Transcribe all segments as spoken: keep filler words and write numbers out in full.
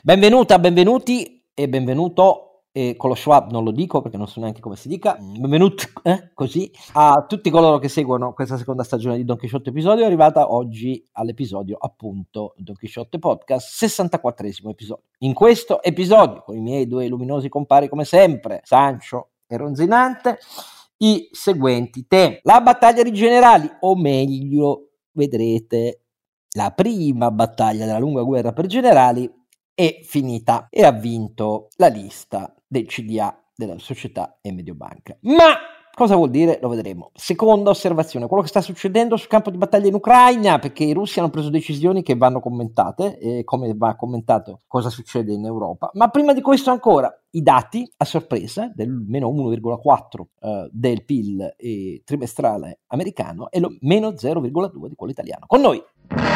Benvenuta, benvenuti e benvenuto, e con lo Schwab non lo dico perché non so neanche come si dica, benvenuti eh, così a tutti coloro che seguono questa seconda stagione di Don Chisciotte Episodio, è arrivata oggi all'episodio appunto Don Chisciotte Podcast, sessantaquattresimo episodio. In questo episodio, con i miei due luminosi compari come sempre, Sancio e Ronzinante, i seguenti temi: la battaglia di generali, o meglio, vedrete, la prima battaglia della lunga guerra per generali è finita e ha vinto la lista del C D A della società e Mediobanca. Ma cosa vuol dire? Lo vedremo. Seconda osservazione, quello che sta succedendo sul campo di battaglia in Ucraina, perché i russi hanno preso decisioni che vanno commentate, e come va commentato cosa succede in Europa. Ma prima di questo ancora, i dati a sorpresa del meno uno virgola quattro uh, del P I L eh, trimestrale americano e lo meno zero virgola due di quello italiano. Con noi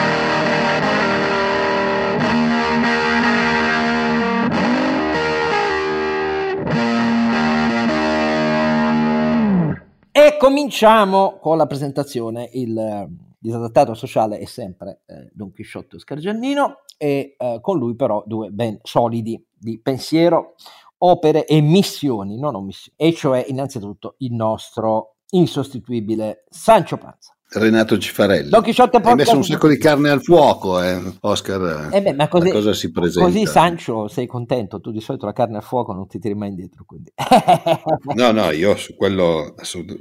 e cominciamo con la presentazione. Il eh, disadattato sociale è sempre eh, Don Chisciotte Oscar Giannino e eh, con lui però due ben solidi di pensiero, opere e missioni, non omissioni, e cioè innanzitutto il nostro insostituibile Sancio Panza. Renato Cifarelli. Don Chisciotte Hai messo un sacco di carne al fuoco, eh, Oscar. Eh beh, ma così, cosa si presenta? Così Sancio sei contento, tu di solito la carne al fuoco non ti tiri mai indietro, quindi. No, no, io su quello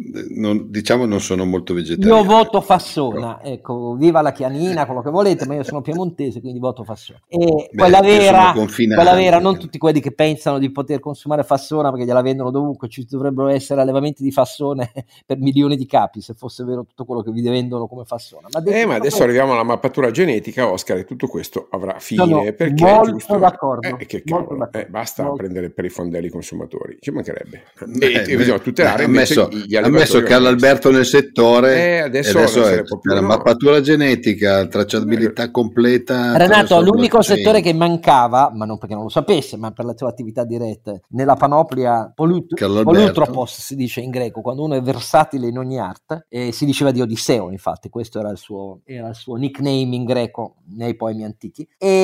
non, diciamo non sono molto vegetariano. Io voto Fassona, ecco, viva la Chianina, quello che volete, ma io sono piemontese, quindi voto Fassona. E Beh, quella vera, quella vera, non tutti quelli che pensano di poter consumare Fassona perché gliela vendono dovunque, ci dovrebbero essere allevamenti di Fassone per milioni di capi, se fosse vero tutto quello che vi vendono come Fassona. Ma, eh, ma adesso questo, arriviamo alla mappatura genetica, Oscar, e tutto questo avrà fine, sono perché molto giusto, d'accordo, eh, che molto cavolo, d'accordo, eh, basta molto. prendere per i fondelli i consumatori, ci mancherebbe. Beh, e, e bisogna tutelare ha messo, gli ha messo Carlo Alberto nel settore, eh, adesso, adesso è la no. mappatura genetica, tracciabilità eh. completa. Renato, l'unico settore che mancava, ma non perché non lo sapesse, ma per la tua attività diretta, nella panoplia polut- polutropos si dice in greco, quando uno è versatile in ogni arte, e si diceva di Odisseo, infatti questo era il suo, era il suo nickname in greco nei poemi antichi,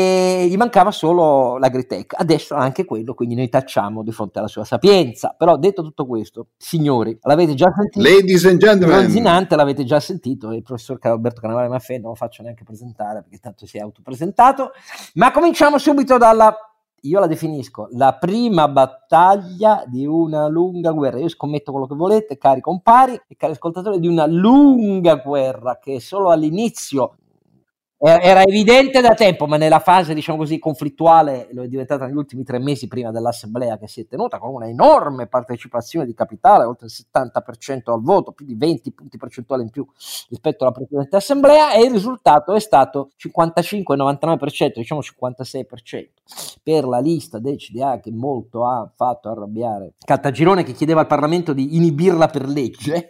e gli mancava solo l'agritech, adesso anche quello, quindi noi tacciamo di fronte alla sua sapienza. Però detto tutto questo, signori, l'avete già sentito, ladies and gentlemen, Ronzinante l'avete già sentito, il professor Alberto Cannavale Maffè non lo faccio neanche presentare perché tanto si è autopresentato, ma cominciamo subito dalla, io la definisco la prima battaglia di una lunga guerra. Io scommetto quello che volete, cari compari e cari ascoltatori, di una lunga guerra che solo all'inizio era evidente da tempo, ma nella fase, diciamo così, conflittuale lo è diventata negli ultimi tre mesi prima dell'assemblea che si è tenuta, con una enorme partecipazione di capitale, oltre il settanta per cento al voto, più di venti punti percentuali in più rispetto alla precedente assemblea, e il risultato è stato cinquantacinque novantanove per cento, diciamo cinquantasei per cento per la lista del C D A, che molto ha fatto arrabbiare Caltagirone, che chiedeva al Parlamento di inibirla per legge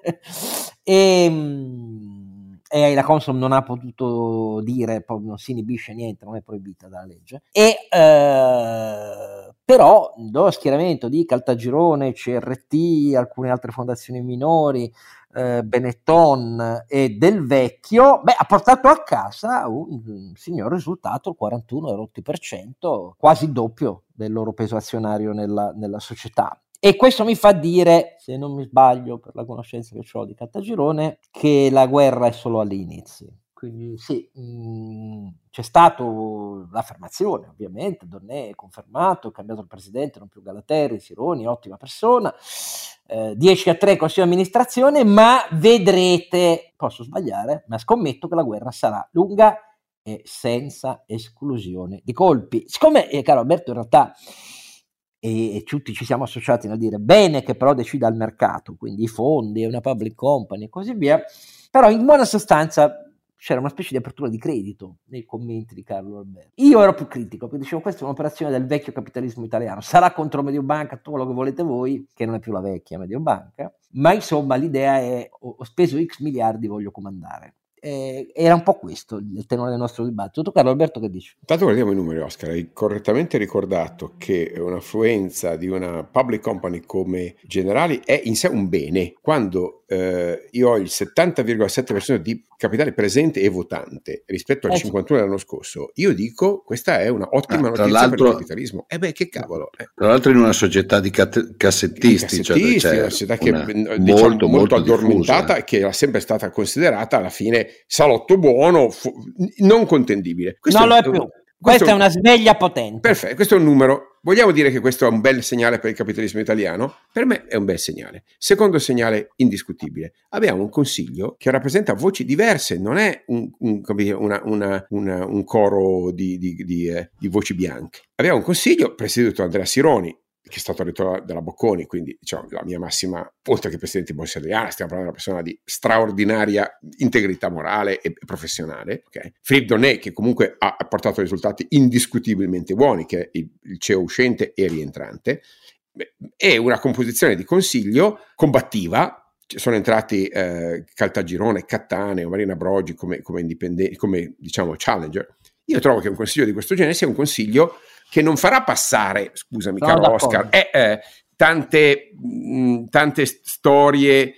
e e la Consob non ha potuto dire, non si inibisce niente, non è proibita dalla legge, e eh, però lo schieramento di Caltagirone, C R T, alcune altre fondazioni minori, eh, Benetton e Del Vecchio, beh, ha portato a casa un, un signor risultato, il quarantuno per cento, quasi il doppio del loro peso azionario nella, nella società. E questo mi fa dire, se non mi sbaglio per la conoscenza che ho di Caltagirone, che la guerra è solo agli inizi. Quindi sì, mh, c'è stata l'affermazione, ovviamente, Donné è confermato, è cambiato il presidente, non più Galateri, Sironi, ottima persona, eh, dieci a tre consiglio di amministrazione, ma vedrete, posso sbagliare, ma scommetto che la guerra sarà lunga e senza esclusione di colpi. Siccome, eh, caro Alberto, in realtà e tutti ci siamo associati nel dire bene che però decida il mercato, quindi i fondi, una public company e così via, però in buona sostanza c'era una specie di apertura di credito nei commenti di Carlo Alberto. Io ero più critico, perché dicevo questa è un'operazione del vecchio capitalismo italiano, sarà contro Mediobanca, tutto quello che volete voi, che non è più la vecchia Mediobanca, ma insomma l'idea è ho, ho speso X miliardi, voglio comandare. Eh, era un po' questo il tenore del nostro dibattito. Tu, Carlo Alberto, che dici? Intanto guardiamo i numeri, Oscar. Hai correttamente ricordato che un'affluenza di una public company come Generali è in sé un bene. Quando eh, io ho il settanta virgola sette per cento di capitale presente e votante rispetto al Eh, cinquantuno dell'anno scorso, io dico questa è una ottima Ah, tra notizia per il l'altro- capitalismo. E beh, che cavolo. Eh. Tra l'altro in una società di cat- cassettisti, I cioè, cassettisti, cioè, una società che una- diciamo, molto, molto, molto addormentata diffusa. e che era sempre stata considerata alla fine salotto buono, fu- non contendibile. Questo non lo è un- più. questo Questa è una sveglia potente. Perfetto, questo è un numero. Vogliamo dire che questo è un bel segnale per il capitalismo italiano? Per me è un bel segnale. Secondo segnale indiscutibile. Abbiamo un consiglio che rappresenta voci diverse, non è un, un, come dire, una, una, una, un coro di, di, di, eh, di voci bianche. Abbiamo un consiglio presieduto da Andrea Sironi, che è stato retto dalla Bocconi, quindi diciamo, la mia massima, oltre che presidente di Borsa Italiana, stiamo parlando di una persona di straordinaria integrità morale e professionale. Okay? Philippe Donnet, che comunque ha, ha portato risultati indiscutibilmente buoni, che è il, il C E O uscente e rientrante, è una composizione di consiglio combattiva. Sono entrati eh, Caltagirone, Cattaneo, Marina Brogi come, come indipendenti, come diciamo challenger. Io trovo che un consiglio di questo genere sia un consiglio che non farà passare, scusami Sono caro d'accordo. Oscar, eh, eh, tante, mh, tante storie, eh,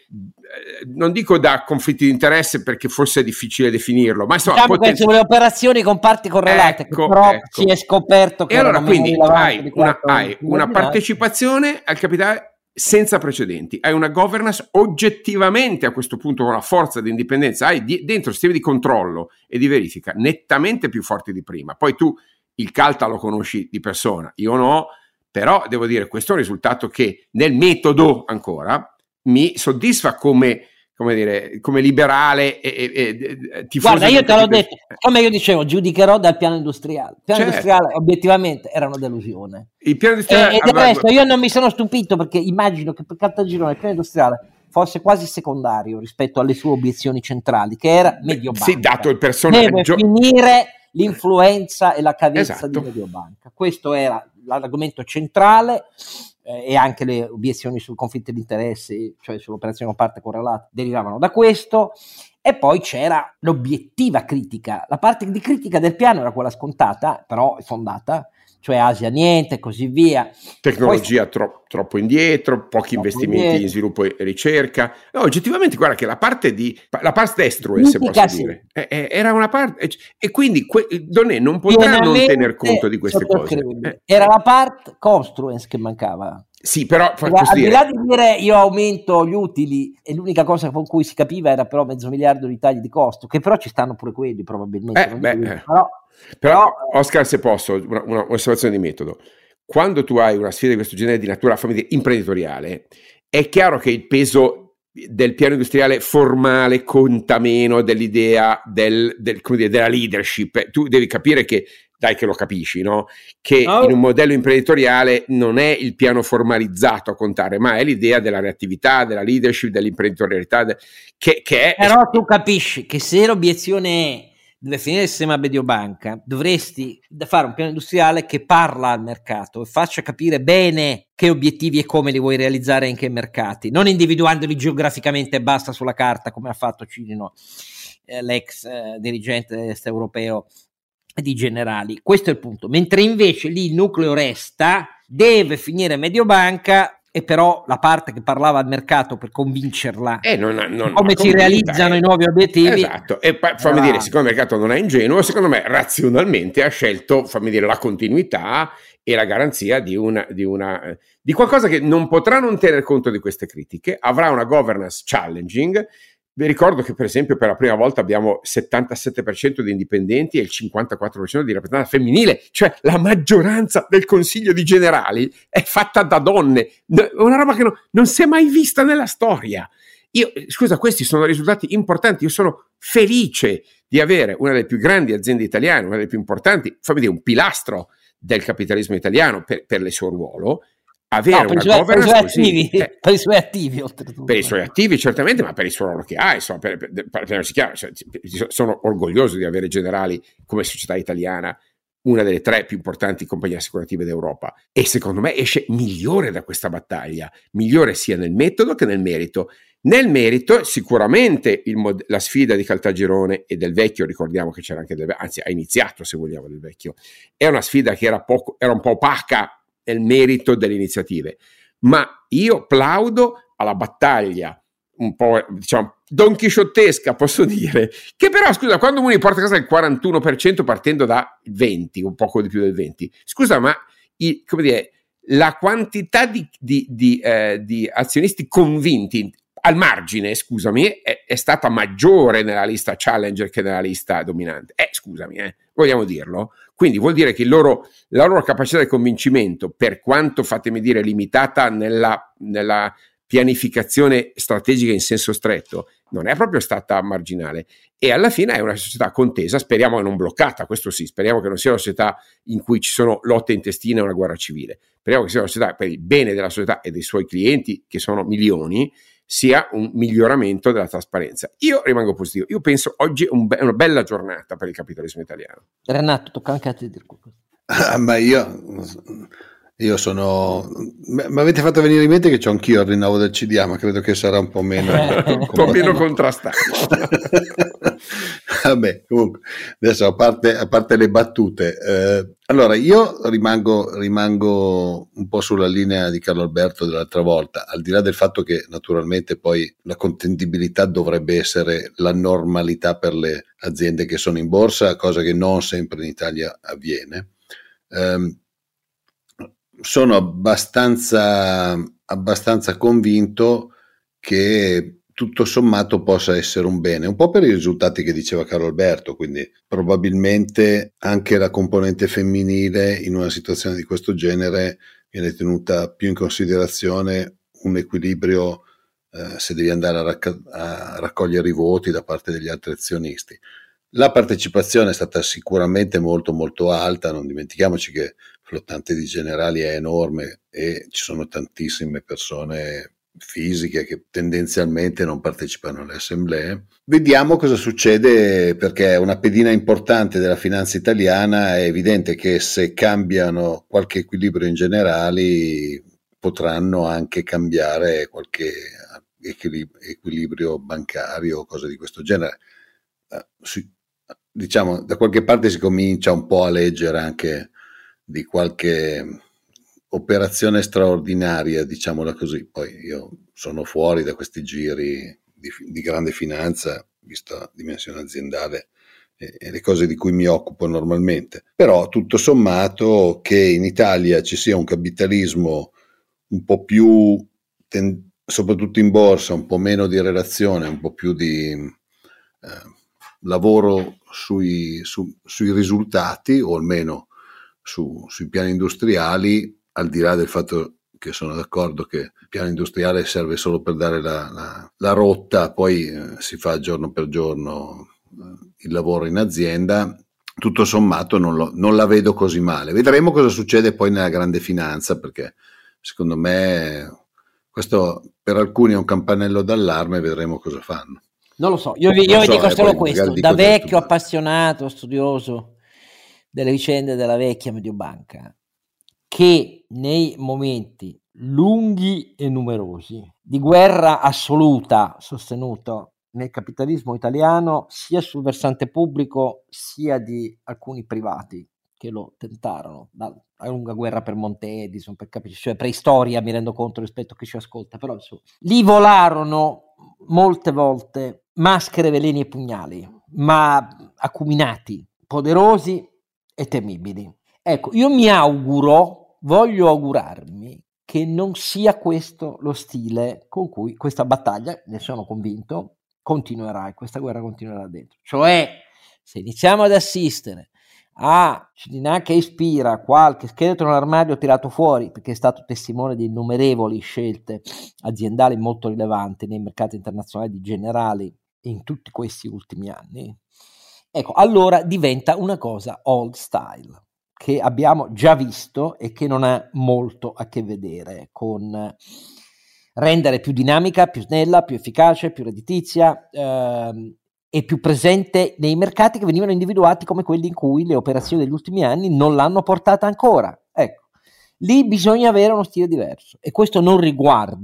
non dico da conflitti di interesse perché forse è difficile definirlo, ma insomma... Diciamo poten- che sulle operazioni con parti correlate, Ecco, che però ecco. si è scoperto che E allora erano quindi meno rilevanti hai di una, quanto hai si una immaginasse. partecipazione al capitale senza precedenti, hai una governance oggettivamente a questo punto con una forza di indipendenza, hai di, dentro sistemi di controllo e di verifica nettamente più forti di prima. Poi tu il Calta lo conosci di persona, io no, però devo dire questo è un risultato che nel metodo ancora mi soddisfa come, come dire, come liberale e, e, e tifoso. Guarda, io te l'ho del- detto, come io dicevo, giudicherò dal piano industriale. Il piano Certo. industriale obiettivamente era una delusione. Il piano E, industriale e del aveva- resto io non mi sono stupito, perché immagino che per Caltagirone il piano industriale fosse quasi secondario rispetto alle sue obiezioni centrali, che era Mediobanca. sì, dato il personaggio. Deve finire l'influenza e la cadenza Esatto. di Mediobanca. Questo era l'argomento centrale, eh, e anche le obiezioni sul conflitto di interessi, cioè sull'operazione con parte correlata, derivavano da questo. E poi c'era l'obiettiva critica. La parte di critica del piano era quella scontata, però fondata, cioè Asia niente, e così via. Tecnologia Poi- tro- troppo indietro, pochi Troppo investimenti indietro. in sviluppo e ricerca. No, oggettivamente, guarda che la parte di la parte destruens, se Critica, posso sì. dire, eh, eh, era una parte, e, e quindi que, Donnet non potrà non Pienamente tener conto di queste cose. sottoscrivibile. Eh, Era la part construence che mancava. sì, però fa- Al posso di dire, là di dire io aumento gli utili, e l'unica cosa con cui si capiva era però mezzo miliardo di tagli di costo, che però ci stanno pure quelli probabilmente. Eh, non beh, dico, eh. però, Però, però, Oscar, se posso, una, una osservazione di metodo. Quando tu hai una sfida di questo genere di natura, fammi dire, imprenditoriale, è chiaro che il peso del piano industriale formale conta meno dell'idea del, del, come dire, della leadership. Tu devi capire che, dai che lo capisci, no? Che Oh. in un modello imprenditoriale non è il piano formalizzato a contare, ma è l'idea della reattività, della leadership, dell'imprenditorialità, de- che, che è... però tu capisci che se l'obiezione è deve finire il sistema Mediobanca, dovresti fare un piano industriale che parla al mercato e faccia capire bene che obiettivi e come li vuoi realizzare e in che mercati, non individuandoli geograficamente e basta sulla carta, come ha fatto Cirino, eh, l'ex eh, dirigente est europeo di Generali. Questo è il punto. Mentre invece lì il nucleo resta, deve finire Mediobanca, e però la parte che parlava al mercato per convincerla Eh, non, non, come non si realizzano eh. i nuovi obiettivi. Esatto, e pa- fammi Era- dire, siccome il mercato non è ingenuo, secondo me razionalmente ha scelto, fammi dire, la continuità e la garanzia di una, di una eh, di qualcosa che non potrà non tener conto di queste critiche, avrà una governance challenging. Vi ricordo che per esempio per la prima volta abbiamo settantasette per cento di indipendenti e il cinquantaquattro per cento di rappresentanza femminile, cioè la maggioranza del Consiglio di Generali è fatta da donne, una roba che no, non si è mai vista nella storia. Io, scusa, questi sono risultati importanti, io sono felice di avere una delle più grandi aziende italiane, una delle più importanti, fammi dire un pilastro del capitalismo italiano per, per il suo ruolo, avere No, per, una i suoi, per, i governance suoi così. attivi, Eh, per i suoi attivi oltretutto. per i suoi attivi certamente, ma per il suo ruolo che ha, insomma, per, per, per, per, chiaro, cioè, sono orgoglioso di avere Generali come società italiana, una delle tre più importanti compagnie assicurative d'Europa, e secondo me esce migliore da questa battaglia, migliore sia nel metodo che nel merito. Nel merito, sicuramente il mod- la sfida di Caltagirone e del Vecchio, ricordiamo che c'era anche del Vecchio, anzi ha iniziato se vogliamo del Vecchio, è una sfida che era, poco, era un po' opaca nel merito delle iniziative, ma io plaudo alla battaglia un po', diciamo, donchisciottesca, posso dire, che però, scusa, quando uno porta a casa il quarantuno per cento partendo da venti, un poco di più del venti, scusa, ma i, come dire, la quantità di, di, di, eh, di azionisti convinti al margine, scusami, è, è stata maggiore nella lista challenger che nella lista dominante. Eh, scusami, eh, vogliamo dirlo? Quindi vuol dire che il loro, la loro capacità di convincimento, per quanto, fatemi dire, limitata nella, nella pianificazione strategica in senso stretto, non è proprio stata marginale. E alla fine è una società contesa, speriamo non bloccata, questo sì, speriamo che non sia una società in cui ci sono lotte intestine e una guerra civile. Speriamo che sia una società per il bene della società e dei suoi clienti, che sono milioni, sia un miglioramento della trasparenza. Io rimango positivo, io penso oggi è, un be- è una bella giornata per il capitalismo italiano. Renato, tocca anche a te dire qualcosa. Ah, ma io io sono mi avete fatto venire in mente che c'ho anch'io il rinnovo del C D A, ma credo che sarà un po' meno un po' meno contrastato. Vabbè, comunque adesso a parte, a parte le battute, eh, allora io rimango, rimango un po' sulla linea di Carlo Alberto dell'altra volta, al di là del fatto che naturalmente poi la contendibilità dovrebbe essere la normalità per le aziende che sono in borsa, cosa che non sempre in Italia avviene. Eh, sono abbastanza, abbastanza convinto che tutto sommato possa essere un bene, un po' per i risultati che diceva Carlo Alberto, quindi probabilmente anche la componente femminile in una situazione di questo genere viene tenuta più in considerazione, un equilibrio eh, se devi andare a, racc- a raccogliere i voti da parte degli altri azionisti. La partecipazione è stata sicuramente molto molto alta, non dimentichiamoci che il flottante di Generali è enorme e ci sono tantissime persone fisiche che tendenzialmente non partecipano alle assemblee. Vediamo cosa succede, perché è una pedina importante della finanza italiana. È evidente che se cambiano qualche equilibrio in generali potranno anche cambiare qualche equilibrio bancario o cose di questo genere. Diciamo, da qualche parte si comincia un po' a leggere anche di qualche operazione straordinaria, diciamola così. Poi io sono fuori da questi giri di, di grande finanza, vista la dimensione aziendale e, e le cose di cui mi occupo normalmente. Però tutto sommato che in Italia ci sia un capitalismo un po' più, ten, soprattutto in borsa, un po' meno di relazione, un po' più di eh, lavoro sui, su, sui risultati, o almeno su, sui piani industriali, al di là del fatto che sono d'accordo che il piano industriale serve solo per dare la, la, la rotta, poi eh, si fa giorno per giorno eh, il lavoro in azienda, tutto sommato non, lo, non la vedo così male. Vedremo cosa succede poi nella grande finanza, perché secondo me questo per alcuni è un campanello d'allarme, vedremo cosa fanno. Non lo so, io vi, io vi so, dico eh, solo poi questo, dico da vecchio tutto. appassionato, studioso delle vicende della vecchia Mediobanca, che nei momenti lunghi e numerosi di guerra assoluta sostenuto nel capitalismo italiano, sia sul versante pubblico sia di alcuni privati che lo tentarono, la lunga guerra per Monte Edison, per capire, cioè preistoria, mi rendo conto rispetto a chi ci ascolta, però insomma, lì volarono molte volte maschere, veleni e pugnali, ma acuminati, poderosi e temibili. Ecco, io mi auguro, voglio augurarmi che non sia questo lo stile con cui questa battaglia, ne sono convinto, continuerà, e questa guerra continuerà dentro. Cioè, se iniziamo ad assistere a Ciriná che ispira qualche scheletro nell'armadio tirato fuori, perché è stato testimone di innumerevoli scelte aziendali molto rilevanti nei mercati internazionali di Generali in tutti questi ultimi anni, ecco, allora diventa una cosa old style, che abbiamo già visto e che non ha molto a che vedere con rendere più dinamica, più snella, più efficace, più redditizia ehm, e più presente nei mercati che venivano individuati come quelli in cui le operazioni degli ultimi anni non l'hanno portata ancora. Ecco, lì bisogna avere uno stile diverso, e questo non riguarda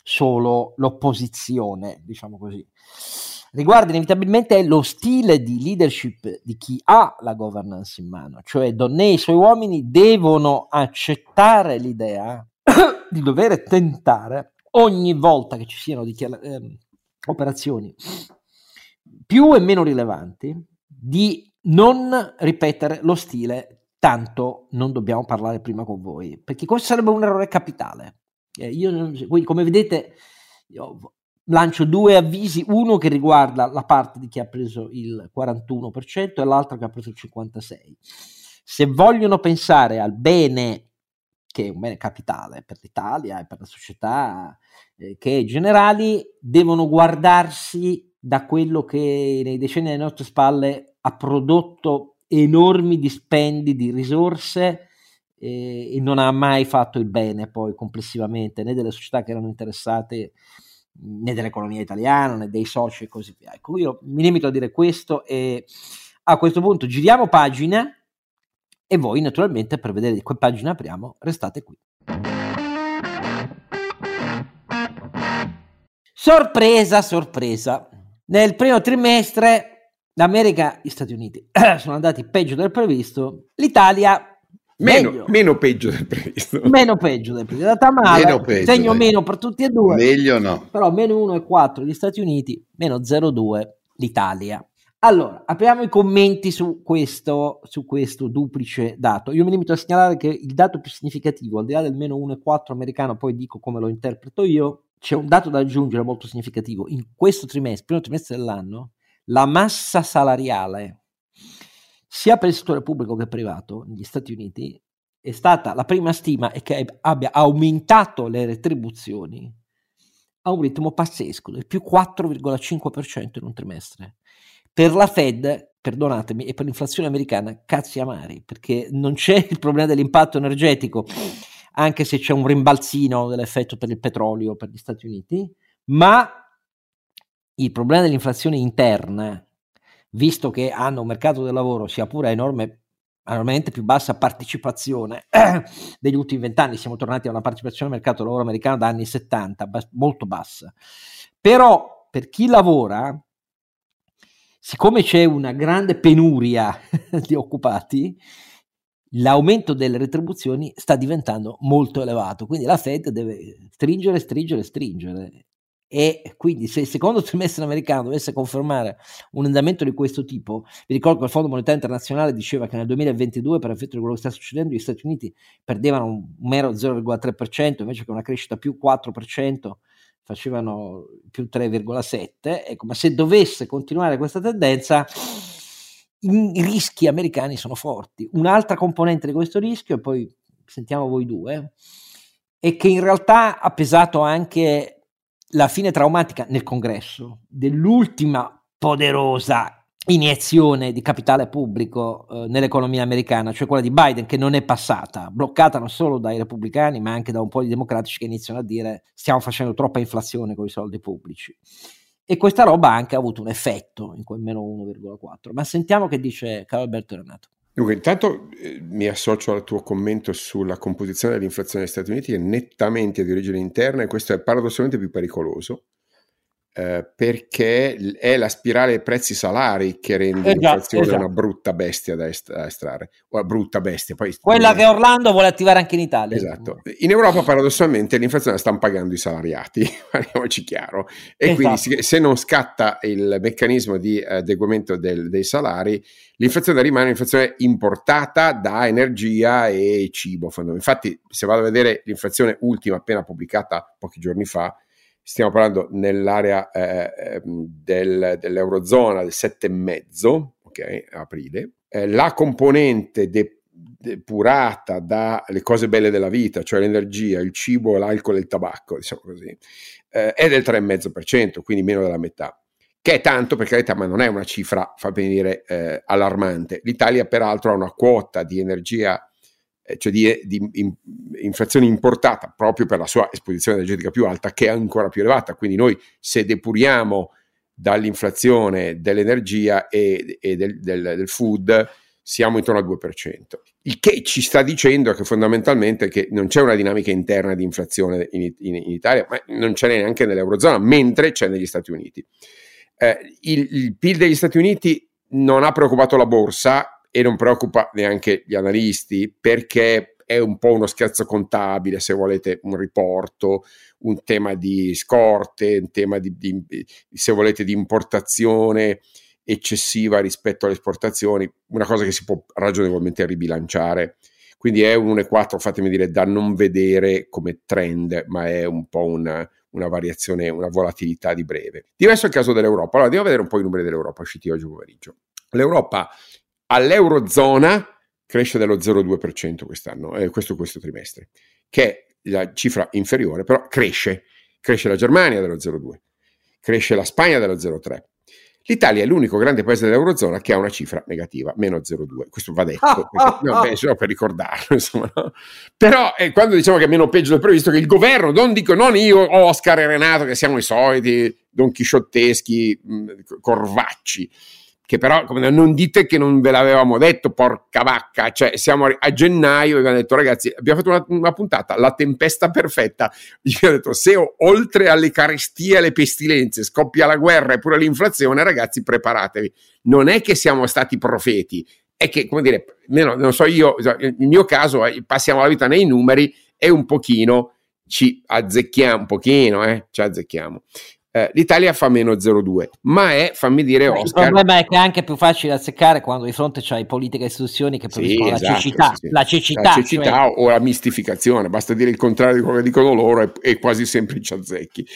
solo l'opposizione, diciamo così. Riguarda inevitabilmente lo stile di leadership di chi ha la governance in mano, cioè Donné e i suoi uomini devono accettare l'idea di dover tentare ogni volta che ci siano dichiara- eh, operazioni più e meno rilevanti di non ripetere lo stile tanto non dobbiamo parlare prima con voi, perché questo sarebbe un errore capitale. Eh, io, quindi, come vedete, io lancio due avvisi, uno che riguarda la parte di chi ha preso il quarantuno per cento e l'altro che ha preso il cinquantasei per cento. Se vogliono pensare al bene, che è un bene capitale per l'Italia e per la società, eh, che è generali, devono guardarsi da quello che nei decenni alle nostre spalle ha prodotto enormi dispendi di risorse eh, e non ha mai fatto il bene poi complessivamente né delle società che erano interessate né dell'economia italiana né dei soci e così via. Ecco, io mi limito a dire questo e a questo punto giriamo pagina e voi naturalmente per vedere di che pagina apriamo restate qui. Sorpresa, sorpresa. Nel primo trimestre l'America e gli Stati Uniti sono andati peggio del previsto, l'Italia meno, meno peggio del previsto. Meno peggio del previsto, è andata male, meno peggio, segno dai. Meno per tutti e due. Meglio no. Però meno uno virgola quattro gli Stati Uniti, meno zero virgola due l'Italia. Allora, apriamo i commenti su questo, su questo duplice dato. Io mi limito a segnalare che il dato più significativo, al di là del meno uno virgola quattro americano, poi dico come lo interpreto io, c'è un dato da aggiungere molto significativo. In questo trimestre, primo trimestre dell'anno, la massa salariale, sia per il settore pubblico che privato, negli Stati Uniti, è stata, la prima stima è che abbia aumentato le retribuzioni a un ritmo pazzesco, del più quattro virgola cinque per cento in un trimestre. Per la Fed, perdonatemi, e per l'inflazione americana, cazzi amari, perché non c'è il problema dell'impatto energetico, anche se c'è un rimbalzino dell'effetto per il petrolio per gli Stati Uniti, ma il problema dell'inflazione interna, visto che hanno un mercato del lavoro sia pure enorme, enormemente più bassa partecipazione degli ultimi vent'anni, siamo tornati a una partecipazione al mercato del lavoro americano da anni settanta, bas- molto bassa. Però per chi lavora, siccome c'è una grande penuria di occupati, l'aumento delle retribuzioni sta diventando molto elevato, quindi la Fed deve stringere, stringere, stringere. E quindi se il secondo trimestre americano dovesse confermare un andamento di questo tipo, vi ricordo che il Fondo Monetario Internazionale diceva che nel duemilaventidue, per effetto di quello che sta succedendo, gli Stati Uniti perdevano un mero zero virgola tre per cento invece che una crescita più quattro per cento facevano più tre virgola sette. Ecco, ma se dovesse continuare questa tendenza, i rischi americani sono forti. Un'altra componente di questo rischio, e poi sentiamo voi due, è che in realtà ha pesato anche la fine traumatica nel Congresso dell'ultima poderosa iniezione di capitale pubblico eh, nell'economia americana, cioè quella di Biden, che non è passata, bloccata non solo dai repubblicani ma anche da un po' di democratici che iniziano a dire stiamo facendo troppa inflazione con i soldi pubblici, e questa roba anche ha avuto un effetto in quel meno uno virgola quattro. Ma sentiamo che dice Carlo Alberto Renato. Dunque, intanto eh, mi associo al tuo commento sulla composizione dell'inflazione negli Stati Uniti, è nettamente di origine interna e questo è paradossalmente più pericoloso eh, perché è la spirale prezzi-salari che rende Esatto, l'inflazione esatto. una brutta bestia da, est- da estrarre, o una brutta bestia. Poi, quella che Orlando vuole attivare anche in Italia. Esatto. In Europa paradossalmente l'inflazione la stanno pagando i salariati, parliamoci chiaro, e esatto. Quindi se, se non scatta il meccanismo di adeguamento del, dei salari, l'inflazione rimane un'inflazione importata da energia e cibo. Infatti, se vado a vedere l'inflazione ultima appena pubblicata pochi giorni fa, stiamo parlando nell'area eh, del, dell'Eurozona del sette virgola cinque, ok, aprile. Eh, la componente de, depurata dalle cose belle della vita, cioè l'energia, il cibo, l'alcol e il tabacco, diciamo così, eh, è del tre virgola cinque per cento, quindi meno della metà. Che è tanto, per carità, ma non è una cifra, fa venire, eh, allarmante. L'Italia peraltro ha una quota di energia, eh, cioè di, di in, inflazione importata, proprio per la sua esposizione energetica più alta, che è ancora più elevata. Quindi noi, se depuriamo dall'inflazione dell'energia e, e del, del, del food, siamo intorno al due per cento. Il che ci sta dicendo che fondamentalmente che non c'è una dinamica interna di inflazione in, in, in Italia, ma non c'è neanche nell'Eurozona, mentre c'è negli Stati Uniti. Eh, il, il P I L degli Stati Uniti non ha preoccupato la borsa e non preoccupa neanche gli analisti, perché è un po' uno scherzo contabile, se volete, un riporto, un tema di scorte, un tema di, di se volete, di importazione eccessiva rispetto alle esportazioni, una cosa che si può ragionevolmente ribilanciare. Quindi è un uno virgola quattro, fatemi dire, da non vedere come trend, ma è un po' una, una variazione, una volatilità di breve. Diverso è il caso dell'Europa. Allora andiamo a vedere un po' i numeri dell'Europa usciti oggi pomeriggio. L'Europa all'Eurozona cresce dello zero virgola due per cento quest'anno, eh, questo, questo trimestre, che è la cifra inferiore, però cresce. Cresce la Germania dello zero virgola due, cresce la Spagna dello zero virgola tre. L'Italia è l'unico grande paese dell'Eurozona che ha una cifra negativa, meno zero virgola due. Questo va detto, perché, no, beh, solo per ricordarlo, insomma, no? Però eh, quando diciamo che è meno peggio del previsto, che il governo, non dico non io, Oscar e Renato, che siamo i soliti donchisciotteschi mh, corvacci, che però come non dite che non ve l'avevamo detto, porca vacca, cioè siamo a gennaio e abbiamo detto ragazzi, abbiamo fatto una, una puntata, la tempesta perfetta, gli abbiamo detto se oltre alle carestie, alle pestilenze scoppia la guerra e pure l'inflazione, ragazzi preparatevi, non è che siamo stati profeti, è che come dire, no, non so io, nel mio caso passiamo la vita nei numeri e un pochino ci azzecchiamo, un pochino eh, ci azzecchiamo. Eh, L'Italia fa meno zero virgola due, ma è, fammi dire, Oscar... Il problema è che è anche più facile azzeccare quando di fronte c'hai politiche e istituzioni che producono sì, la, esatto, cecità, sì, sì. la cecità. La cecità cioè... o la mistificazione, basta dire il contrario di quello che dicono loro e, e quasi sempre ci azzecchi.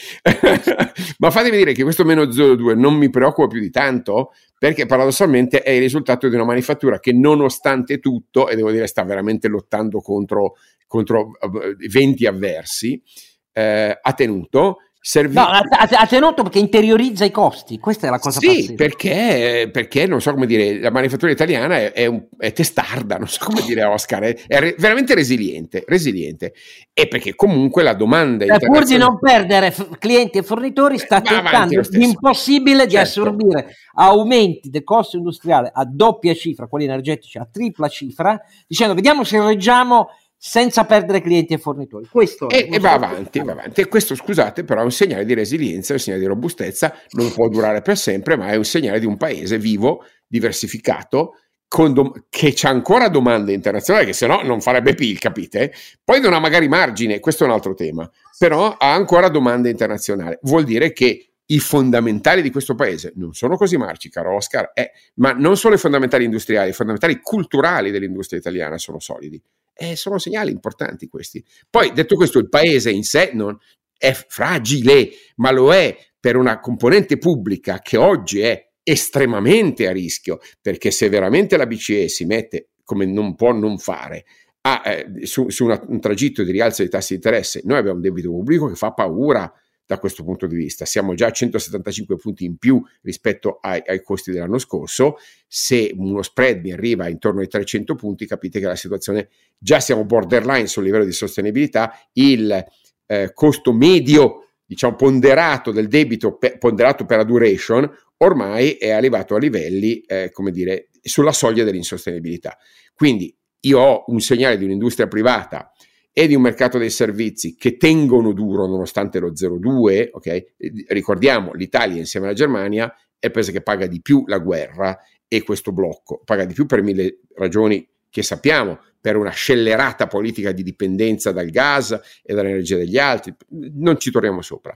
Ma fatemi dire che questo meno zero virgola due non mi preoccupa più di tanto, perché paradossalmente è il risultato di una manifattura che nonostante tutto, e devo dire sta veramente lottando contro, contro venti avversi, eh, ha tenuto... Servi- no, ha, ha tenuto perché interiorizza i costi, questa è la cosa sì, pazzesca. Perché, perché non so come dire, la manifattura italiana è, è, un, è testarda, non so come dire Oscar, è, è re, veramente resiliente, resiliente, e perché comunque la domanda cioè, pur di non perdere f- clienti e fornitori sta eh, tentando l'impossibile di certo. assorbire aumenti del costo industriale a doppia cifra, quelli energetici a tripla cifra, dicendo vediamo se reggiamo senza perdere clienti e fornitori. Questo e, e va avanti, va avanti. E questo, scusate, però è un segnale di resilienza, è un segnale di robustezza, non può durare per sempre, ma è un segnale di un paese vivo, diversificato, con dom- che c'ha ancora domande internazionali, che se no non farebbe P I L, capite? Poi non ha magari margine, questo è un altro tema, però ha ancora domande internazionali. Vuol dire che i fondamentali di questo paese non sono così marci, caro Oscar, eh, ma non solo i fondamentali industriali, i fondamentali culturali dell'industria italiana sono solidi. Eh, sono segnali importanti questi. Poi, detto questo, il paese in sé non è fragile, ma lo è per una componente pubblica che oggi è estremamente a rischio, perché se veramente la B C E si mette, come non può non fare, a, eh, su, su una, un tragitto di rialzo dei tassi di interesse, noi abbiamo un debito pubblico che fa paura da questo punto di vista. Siamo già a centosettantacinque punti in più rispetto ai, ai costi dell'anno scorso. Se uno spread mi arriva intorno ai trecento punti, capite che la situazione, già siamo borderline sul livello di sostenibilità. Il eh, costo medio, diciamo ponderato del debito, pe- ponderato per la duration, ormai è arrivato a livelli, eh, come dire, sulla soglia dell'insostenibilità. Quindi io ho un segnale di un'industria privata e di un mercato dei servizi che tengono duro nonostante lo zero virgola due, ok? Ricordiamo, l'Italia insieme alla Germania è il paese che paga di più la guerra e questo blocco, paga di più per mille ragioni che sappiamo, per una scellerata politica di dipendenza dal gas e dall'energia degli altri, non ci torniamo sopra.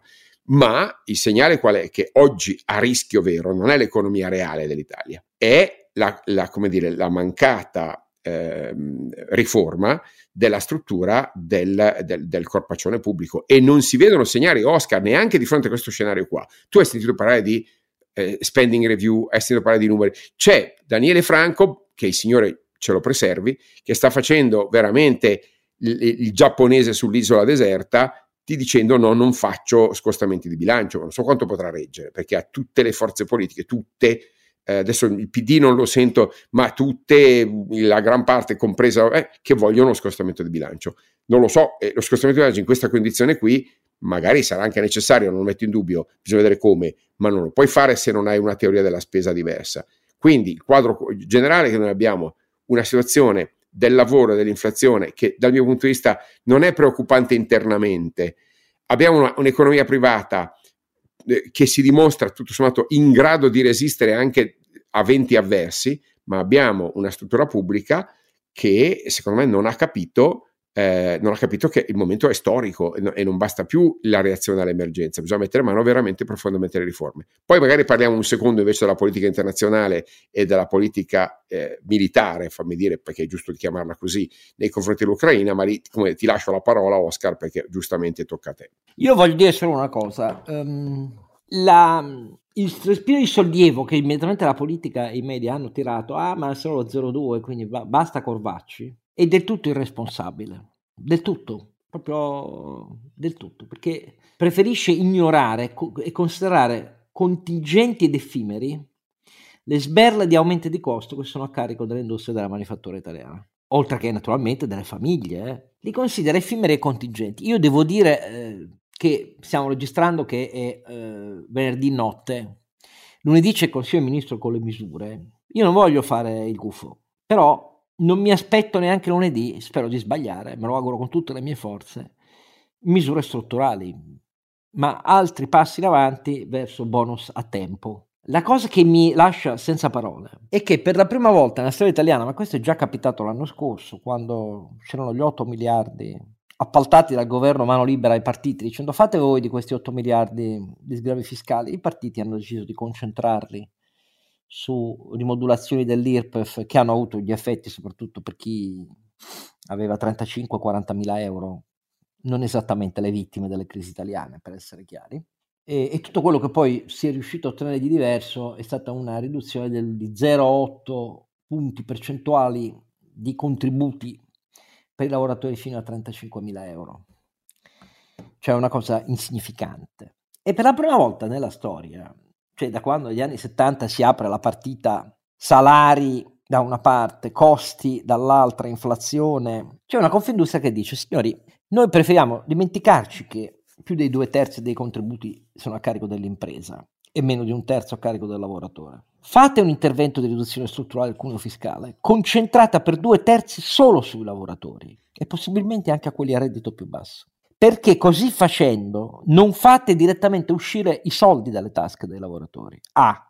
Ma il segnale qual è? Che oggi a rischio vero non è l'economia reale dell'Italia, è la, la, come dire, la mancata eh, riforma della struttura del, del, del corpaccione pubblico, e non si vedono segnali, Oscar, neanche di fronte a questo scenario qua. Tu hai sentito parlare di eh, spending review, hai sentito parlare di numeri, c'è Daniele Franco, che il signore ce lo preservi, che sta facendo veramente il, il giapponese sull'isola deserta, ti dicendo no, non faccio scostamenti di bilancio, non so quanto potrà reggere, perché ha tutte le forze politiche, tutte, eh, adesso il P D non lo sento, ma tutte, la gran parte compresa, eh, che vogliono lo scostamento di bilancio. Non lo so, eh, lo scostamento di bilancio in questa condizione qui magari sarà anche necessario, non lo metto in dubbio, bisogna vedere come, ma non lo puoi fare se non hai una teoria della spesa diversa. Quindi il quadro generale che noi abbiamo, una situazione del lavoro e dell'inflazione che dal mio punto di vista non è preoccupante internamente. Abbiamo una, un'economia privata eh, che si dimostra tutto sommato in grado di resistere anche a venti avversi, ma abbiamo una struttura pubblica che secondo me non ha capito Eh, non ha capito che il momento è storico e, no, e non basta più la reazione all'emergenza, bisogna mettere mano veramente profondamente alle riforme. Poi magari parliamo un secondo invece della politica internazionale e della politica eh, militare, fammi dire, perché è giusto chiamarla così, nei confronti dell'Ucraina, ma lì come, ti lascio la parola, Oscar, perché giustamente tocca a te. Io voglio dire solo una cosa, um, la, il respiro di sollievo che immediatamente la politica e i media hanno tirato, ah ma è solo lo zero virgola due, quindi ba- basta Corvacci, è del tutto irresponsabile, del tutto, proprio del tutto, perché preferisce ignorare co- e considerare contingenti ed effimeri le sberle di aumenti di costo che sono a carico dell'industria della manifattura italiana, oltre che naturalmente delle famiglie, eh. Li considera effimeri e contingenti. Io devo dire eh, che stiamo registrando che è eh, venerdì notte, lunedì c'è il Consiglio dei Ministri con le misure, io non voglio fare il gufo, però non mi aspetto neanche lunedì, spero di sbagliare, me lo auguro con tutte le mie forze, misure strutturali, ma altri passi in avanti verso bonus a tempo. La cosa che mi lascia senza parole è che per la prima volta nella storia italiana, ma questo è già capitato l'anno scorso, quando c'erano gli otto miliardi appaltati dal governo mano libera ai partiti, dicendo fate voi di questi otto miliardi di sgravi fiscali, i partiti hanno deciso di concentrarli su rimodulazioni dell'I R P E F che hanno avuto gli effetti soprattutto per chi aveva trentacinque quaranta mila euro, non esattamente le vittime delle crisi italiane, per essere chiari, e, e tutto quello che poi si è riuscito a ottenere di diverso è stata una riduzione del, di zero virgola otto punti percentuali di contributi per i lavoratori fino a trentacinquemila euro, cioè una cosa insignificante. E per la prima volta nella storia, cioè da quando negli anni settanta si apre la partita salari da una parte, costi dall'altra, inflazione, c'è una Confindustria che dice signori, noi preferiamo dimenticarci che più dei due terzi dei contributi sono a carico dell'impresa e meno di un terzo a carico del lavoratore. Fate un intervento di riduzione strutturale del cuneo fiscale concentrata per due terzi solo sui lavoratori e possibilmente anche a quelli a reddito più basso. Perché così facendo non fate direttamente uscire i soldi dalle tasche dei lavoratori. Ah,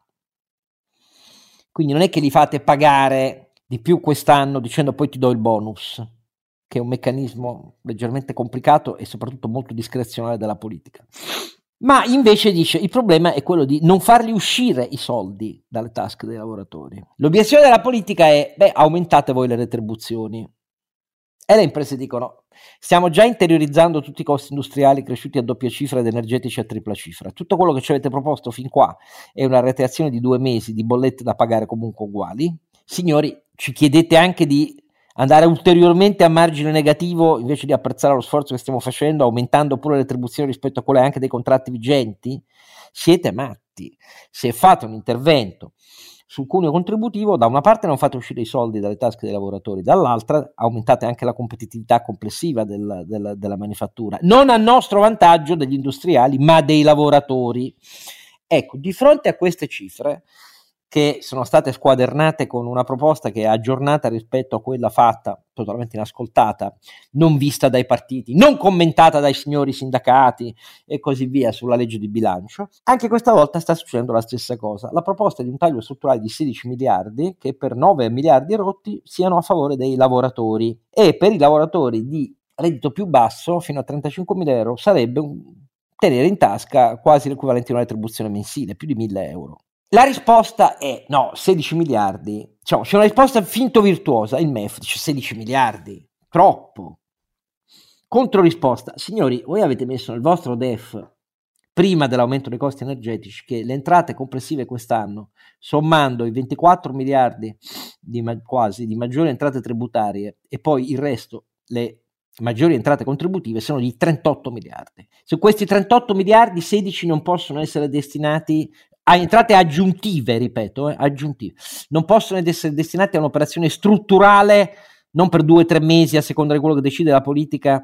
quindi non è che li fate pagare di più quest'anno dicendo poi ti do il bonus, che è un meccanismo leggermente complicato e soprattutto molto discrezionale della politica. Ma invece dice il problema è quello di non farli uscire i soldi dalle tasche dei lavoratori. L'obiezione della politica è, beh, aumentate voi le retribuzioni. E le imprese dicono, stiamo già interiorizzando tutti i costi industriali cresciuti a doppia cifra ed energetici a tripla cifra. Tutto quello che ci avete proposto fin qua è una rateazione di due mesi di bollette da pagare comunque uguali. Signori, ci chiedete anche di andare ulteriormente a margine negativo invece di apprezzare lo sforzo che stiamo facendo, aumentando pure le retribuzioni rispetto a quelle anche dei contratti vigenti? Siete matti. Se fate un intervento sul cuneo contributivo, da una parte non fate uscire i soldi dalle tasche dei lavoratori, dall'altra aumentate anche la competitività complessiva del, del, della manifattura, non a nostro vantaggio degli industriali, ma dei lavoratori. Ecco, di fronte a queste cifre, che sono state squadernate con una proposta che è aggiornata rispetto a quella fatta, totalmente inascoltata, non vista dai partiti, non commentata dai signori sindacati e così via sulla legge di bilancio, anche questa volta sta succedendo la stessa cosa. La proposta di un taglio strutturale di sedici miliardi, che per nove miliardi rotti siano a favore dei lavoratori, e per i lavoratori di reddito più basso, fino a trentacinquemila euro, sarebbe un tenere in tasca quasi l'equivalente di una retribuzione mensile, più di mille euro. La risposta è no, sedici miliardi, cioè, c'è una risposta finto virtuosa, il M E F dice sedici miliardi, troppo. Controrisposta, signori, voi avete messo nel vostro D E F, prima dell'aumento dei costi energetici, che le entrate complessive quest'anno, sommando i ventiquattro miliardi di ma- quasi di maggiori entrate tributarie e poi il resto, le maggiori entrate contributive, sono di trentotto miliardi. Su questi trentotto miliardi, sedici non possono essere destinati a entrate aggiuntive, ripeto, eh, aggiuntive. Non possono essere destinati a un'operazione strutturale, non per due o tre mesi, a seconda di quello che decide la politica,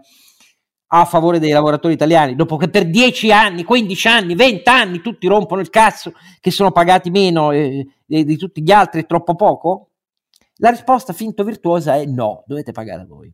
a favore dei lavoratori italiani, dopo che per dieci anni, quindici anni, venti anni tutti rompono il cazzo che sono pagati meno eh, di tutti gli altri, troppo poco. La risposta finto virtuosa è no, dovete pagare voi.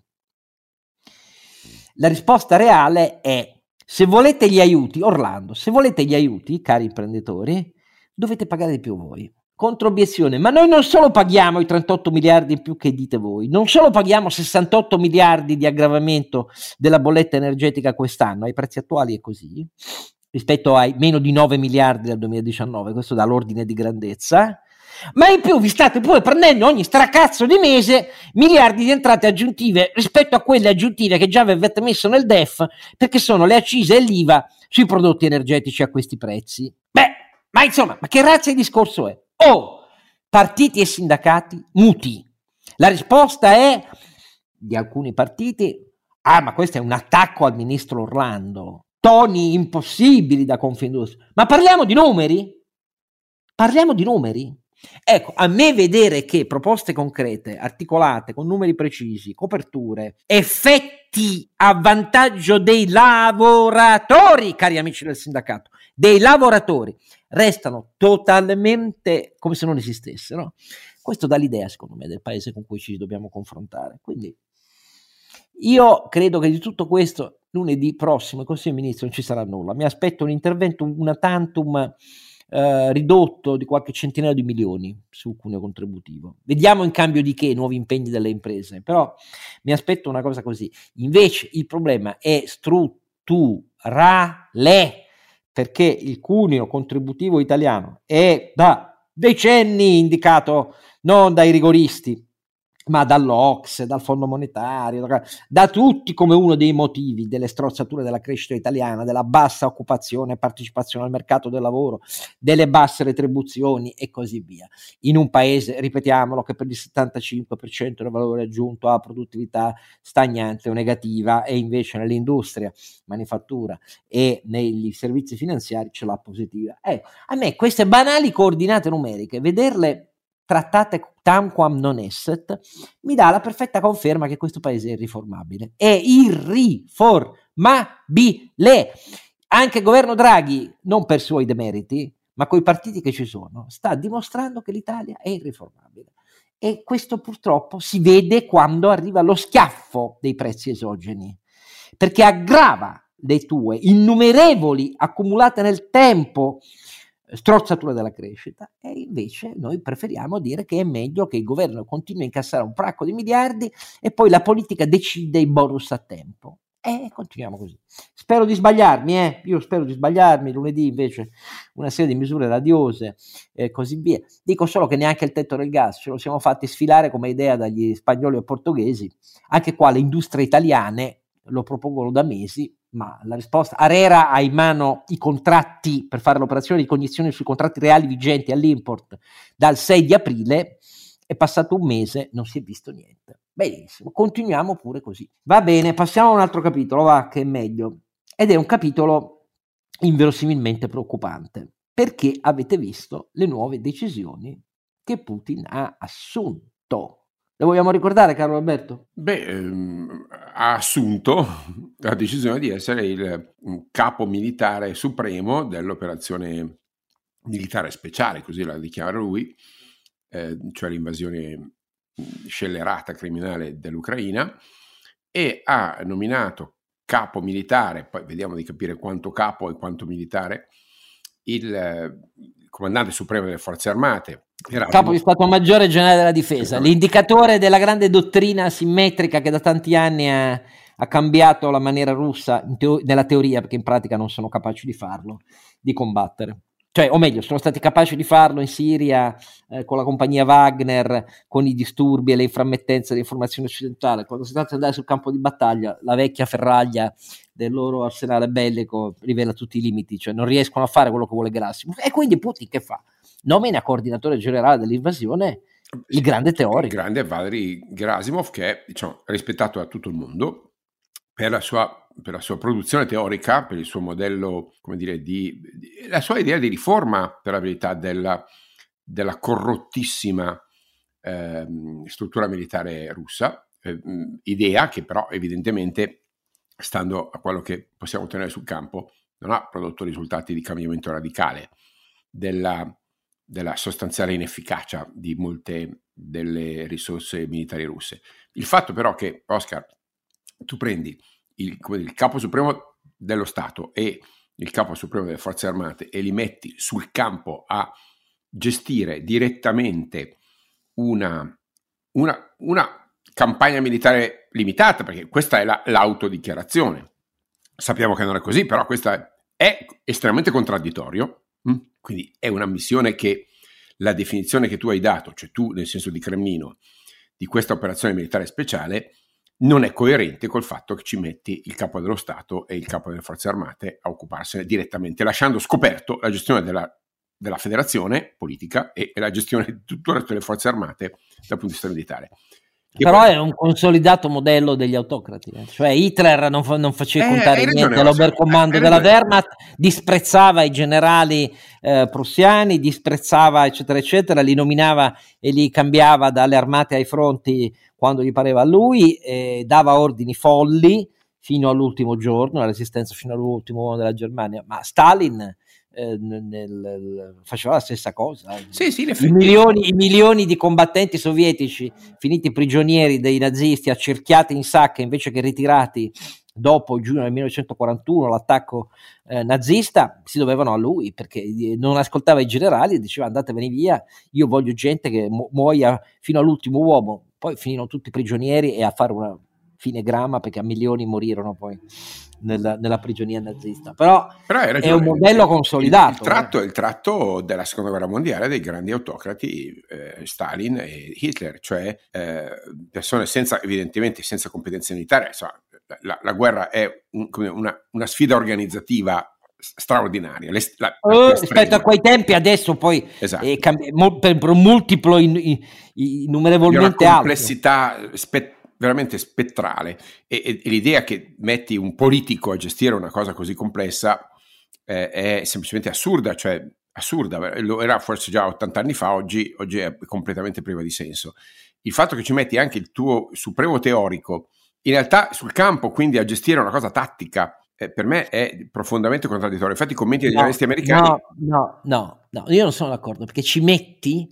La risposta reale è: se volete gli aiuti, Orlando, se volete gli aiuti, cari imprenditori, dovete pagare di più voi. Controobiezione: ma noi non solo paghiamo i trentotto miliardi in più che dite voi, non solo paghiamo sessantotto miliardi di aggravamento della bolletta energetica quest'anno, ai prezzi attuali è così, rispetto ai meno di nove miliardi del duemiladiciannove, questo dà l'ordine di grandezza, ma in più vi state pure prendendo ogni stracazzo di mese miliardi di entrate aggiuntive rispetto a quelle aggiuntive che già avete messo nel D E F, perché sono le accise e l'I V A sui prodotti energetici a questi prezzi. Beh, ma insomma, ma che razza di discorso è? Oh, partiti e sindacati muti. La risposta è di alcuni partiti: ah, ma questo è un attacco al ministro Orlando, toni impossibili da Confindustria. Ma parliamo di numeri? Parliamo di numeri? Ecco, a me vedere che proposte concrete, articolate, con numeri precisi, coperture, effetti a vantaggio dei lavoratori, cari amici del sindacato, dei lavoratori, restano totalmente come se non esistessero, questo dà l'idea, secondo me, del paese con cui ci dobbiamo confrontare. Quindi io credo che di tutto questo lunedì prossimo il Consiglio dei Ministri non ci sarà nulla. Mi aspetto un intervento, una tantum Eh, ridotto di qualche centinaio di milioni sul cuneo contributivo. Vediamo in cambio di che nuovi impegni delle imprese, però mi aspetto una cosa così. Invece il problema è strutturale, perché il cuneo contributivo italiano è da decenni indicato non dai rigoristi, ma dall'O C S E, dal Fondo Monetario, da, da tutti come uno dei motivi delle strozzature della crescita italiana, della bassa occupazione e partecipazione al mercato del lavoro, delle basse retribuzioni e così via. In un paese, ripetiamolo, che per il settantacinque per cento del valore aggiunto ha produttività stagnante o negativa, e invece nell'industria, manifattura e nei servizi finanziari ce l'ha positiva. Ecco, a me queste banali coordinate numeriche, vederle trattate tanquam non esset, mi dà la perfetta conferma che questo paese è irriformabile. È irriformabile. Anche il governo Draghi, non per suoi demeriti, ma coi partiti che ci sono, sta dimostrando che l'Italia è irriformabile. E questo purtroppo si vede quando arriva lo schiaffo dei prezzi esogeni, perché aggrava le tue innumerevoli, accumulate nel tempo, strozzatura della crescita. E invece noi preferiamo dire che è meglio che il governo continui a incassare un fracco di miliardi e poi la politica decide i bonus a tempo, e continuiamo così. Spero di sbagliarmi, eh? io spero di sbagliarmi. Lunedì invece una serie di misure radiose e così via. Dico solo che neanche il tetto del gas ce lo siamo fatti sfilare come idea dagli spagnoli o portoghesi. Anche qua le industrie italiane lo propongono da mesi, ma la risposta: ARERA ha in mano i contratti per fare l'operazione di cognizione sui contratti reali vigenti all'import dal sei di aprile, è passato un mese, non si è visto niente. Benissimo, continuiamo pure così. Va bene, passiamo a un altro capitolo, va, che è meglio, ed è un capitolo inverosimilmente preoccupante, perché avete visto le nuove decisioni che Putin ha assunto. Le vogliamo ricordare, Carlo Alberto? Beh, ehm, ha assunto la decisione di essere il capo militare supremo dell'operazione militare speciale, così la dichiara lui, eh, cioè l'invasione scellerata criminale dell'Ucraina, e ha nominato capo militare, poi vediamo di capire quanto capo e quanto militare, il, il comandante supremo delle forze armate, Erasmo. Capo di Stato Maggiore Generale della Difesa, l'indicatore della grande dottrina simmetrica che da tanti anni ha, ha cambiato la maniera russa, in teo- nella teoria, perché in pratica non sono capaci di farlo, di combattere. Cioè, o meglio, sono stati capaci di farlo in Siria eh, con la compagnia Wagner, con i disturbi e le inframmettenze dell'informazione occidentale. Quando si tratta di andare sul campo di battaglia, la vecchia ferraglia del loro arsenale bellico rivela tutti i limiti, cioè non riescono a fare quello che vuole Gerasimov. E quindi Putin che fa? Nomina coordinatore generale dell'invasione il grande teorico. Il grande Valery Gerasimov, che è, diciamo, rispettato da tutto il mondo per la sua per la sua produzione teorica, per il suo modello, come dire, di, di la sua idea di riforma, per la verità, della, della corrottissima eh, struttura militare russa, eh, idea che però evidentemente, stando a quello che possiamo ottenere sul campo, non ha prodotto risultati di cambiamento radicale della, della sostanziale inefficacia di molte delle risorse militari russe. Il fatto però che, Oscar, tu prendi il, come dire, il capo supremo dello Stato e il capo supremo delle forze armate e li metti sul campo a gestire direttamente una, una, una campagna militare limitata, perché questa è la, l'autodichiarazione. Sappiamo che non è così, però questo è, è estremamente contraddittorio, mh? Quindi è una missione che la definizione che tu hai dato, cioè tu nel senso di Cremlino, di questa operazione militare speciale, non è coerente col fatto che ci metti il capo dello Stato e il capo delle forze armate a occuparsene direttamente, lasciando scoperto la gestione della, della federazione politica e, e la gestione di tutto il resto delle forze armate dal punto di vista militare. Che però poi è un consolidato modello degli autocrati, eh. Cioè Hitler non, fa, non faceva eh, contare niente all'obercomando della Wehrmacht, disprezzava i generali eh, prussiani, disprezzava eccetera eccetera, li nominava e li cambiava dalle armate ai fronti quando gli pareva a lui, eh, dava ordini folli fino all'ultimo giorno, la resistenza fino all'ultimo uomo della Germania, ma Stalin eh, nel, nel, faceva la stessa cosa. Sì, sì, I milioni, I milioni di combattenti sovietici finiti prigionieri dei nazisti, accerchiati in sacche invece che ritirati dopo giugno del millenovecentoquarantuno, l'attacco eh, nazista, si dovevano a lui, perché non ascoltava i generali e diceva andatevene via, io voglio gente che mu- muoia fino all'ultimo uomo. Poi finirono tutti prigionieri e a fare una fine gramma, perché a milioni morirono poi nella, nella prigionia nazista. Però, Però ragione, è un modello il, consolidato. Il, il, tratto, eh. il tratto della seconda guerra mondiale dei grandi autocrati, eh, Stalin e Hitler, cioè eh, persone senza, evidentemente senza competenze militari. Insomma, la, la guerra è un, una, una sfida organizzativa straordinaria. Le, la, uh, rispetto a quei tempi, adesso poi esatto. è cambi- mo, per, per un multiplo in, in, innumerevolmente alto. Una complessità spe- veramente spettrale e, e, e l'idea che metti un politico a gestire una cosa così complessa eh, è semplicemente assurda, cioè assurda, lo era forse già ottanta anni fa, oggi, oggi è completamente priva di senso. Il fatto che ci metti anche il tuo supremo teorico in realtà sul campo, quindi a gestire una cosa tattica, Eh, per me è profondamente contraddittorio. Infatti i commenti degli no, analisti americani no, no, no, no, io non sono d'accordo, perché ci metti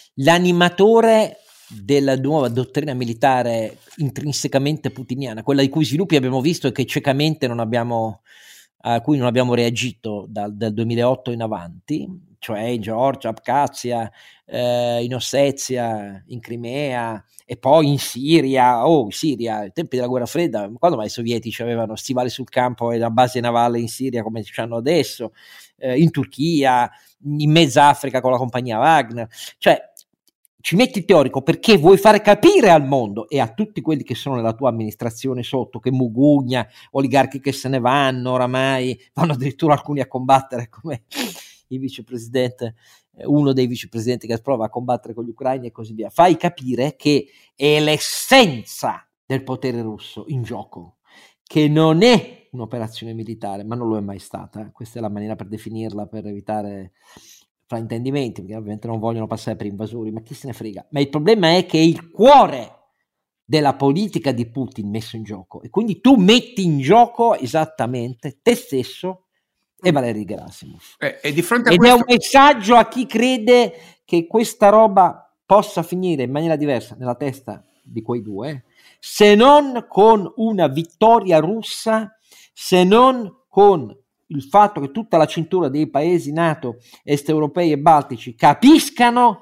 l'animatore della nuova dottrina militare intrinsecamente putiniana, quella di cui sviluppi abbiamo visto e che ciecamente non abbiamo, a cui non abbiamo reagito dal, dal duemilaotto in avanti, cioè in Georgia, Abkhazia, eh, in Ossetia, in Crimea e poi in Siria. Oh, in Siria, ai tempi della guerra fredda, quando mai i sovietici avevano stivali sul campo e la base navale in Siria come hanno adesso, eh, in Turchia, in mezza Africa con la compagnia Wagner. Cioè ci metti il teorico perché vuoi fare capire al mondo e a tutti quelli che sono nella tua amministrazione sotto, che mugugna, oligarchi che se ne vanno oramai, vanno addirittura alcuni a combattere come il vicepresidente, uno dei vicepresidenti che prova a combattere con gli ucraini e così via. Fai capire che è l'essenza del potere russo in gioco, che non è un'operazione militare, ma non lo è mai stata. Questa è la maniera per definirla, per evitare fraintendimenti, perché ovviamente non vogliono passare per invasori, ma chi se ne frega. Ma il problema è che è il cuore della politica di Putin messo in gioco, e quindi tu metti in gioco esattamente te stesso e Valery Gerasimov. Eh, e di fronte a Ed questo... è un messaggio a chi crede che questa roba possa finire in maniera diversa nella testa di quei due, se non con una vittoria russa, se non con il fatto che tutta la cintura dei paesi NATO, est europei e baltici capiscano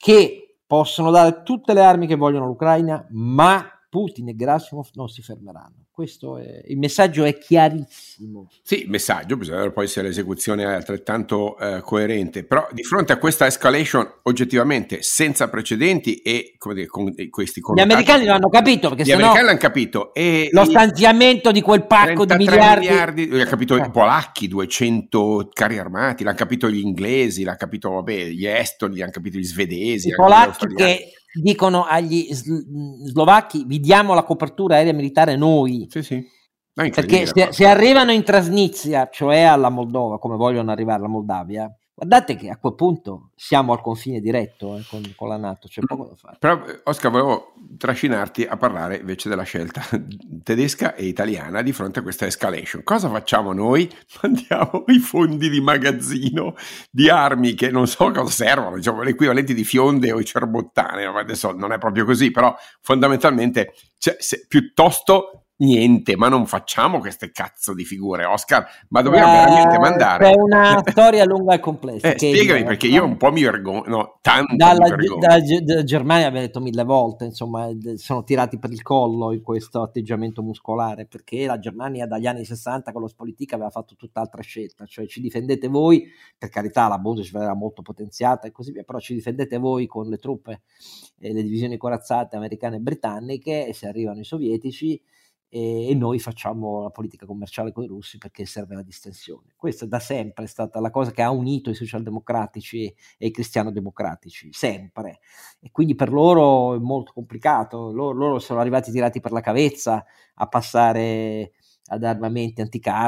che possono dare tutte le armi che vogliono all'Ucraina, ma Putin e Gerasimov non si fermeranno. Questo è, il messaggio è chiarissimo. Sì, il messaggio, bisogna vedere poi se l'esecuzione è altrettanto eh, coerente, però di fronte a questa escalation oggettivamente senza precedenti e come dire, con questi gli americani lo hanno capito, perché gli sennò americani l'hanno capito e lo stanziamento di quel pacco di miliardi, miliardi l'hanno capito eh. i polacchi, duecento carri armati, l'hanno capito gli inglesi, l'hanno capito vabbè, gli estoni, l'hanno capito gli svedesi, i polacchi che dicono agli slovacchi vi diamo la copertura aerea militare noi. Sì, sì. No, perché se, se arrivano in Transnistria, cioè alla Moldova, come vogliono arrivare alla Moldavia, Guardate che a quel punto siamo al confine diretto eh, con, con la NATO, c'è poco da fare. Però, Oscar, volevo trascinarti a parlare invece della scelta tedesca e italiana di fronte a questa escalation. Cosa facciamo noi? Mandiamo i fondi di magazzino di armi che non so cosa servono, diciamo le equivalenti di fionde o i cerbottane, adesso non è proprio così, però fondamentalmente cioè, se, piuttosto niente, ma non facciamo queste cazzo di figure, Oscar, ma dobbiamo uh, veramente mandare. C'è una storia lunga e complessa. Eh, spiegami, perché io un po' mi vergogno, no, tanto dalla, mi vergogno. Dalla, dalla Germania abbiamo detto mille volte, insomma, sono tirati per il collo in questo atteggiamento muscolare, perché la Germania dagli anni sessanta con l'Ostpolitik aveva fatto tutt'altra scelta, cioè ci difendete voi, per carità la Bundeswehr era molto potenziata e così via, però ci difendete voi con le truppe e le divisioni corazzate americane e britanniche, e se arrivano i sovietici e noi facciamo la politica commerciale con i russi perché serve la distensione. Questa da sempre è stata la cosa che ha unito i socialdemocratici e i cristianodemocratici, sempre, e quindi per loro è molto complicato, loro, loro sono arrivati tirati per la cavezza a passare ad armamenti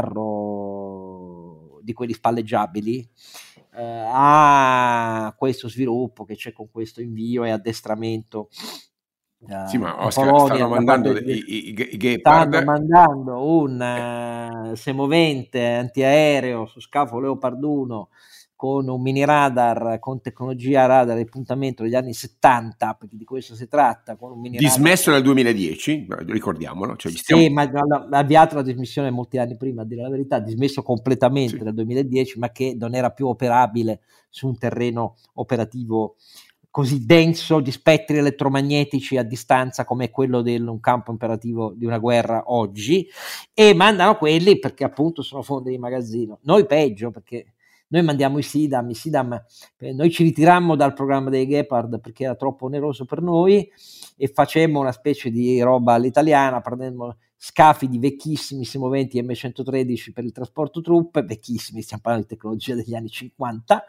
anticarro di quelli spalleggiabili eh, a questo sviluppo che c'è con questo invio e addestramento. Uh, sì, ma Oscar, Polonia, stanno mandando i, i, i, i stanno mandando un uh, semovente antiaereo su scafo Leopard uno con un mini radar con tecnologia radar di puntamento degli anni settanta, perché di questo si tratta, con un mini dismesso radar. Nel duemiladieci, ricordiamolo, cioè sì, stiamo... ma ha avviato la dismissione molti anni prima, a dire la verità, dismesso completamente sì. Nel duemiladieci, ma che non era più operabile su un terreno operativo così denso di spettri elettromagnetici a distanza come quello di un campo operativo di una guerra oggi, e mandano quelli perché appunto sono fondi di magazzino. Noi peggio, perché noi mandiamo i SIDAM, i SIDAM eh, noi ci ritirammo dal programma dei Gepard perché era troppo oneroso per noi e facemmo una specie di roba all'italiana, prendemmo scafi di vecchissimi semoventi M centotredici per il trasporto truppe, vecchissimi, stiamo parlando di tecnologia degli anni cinquanta,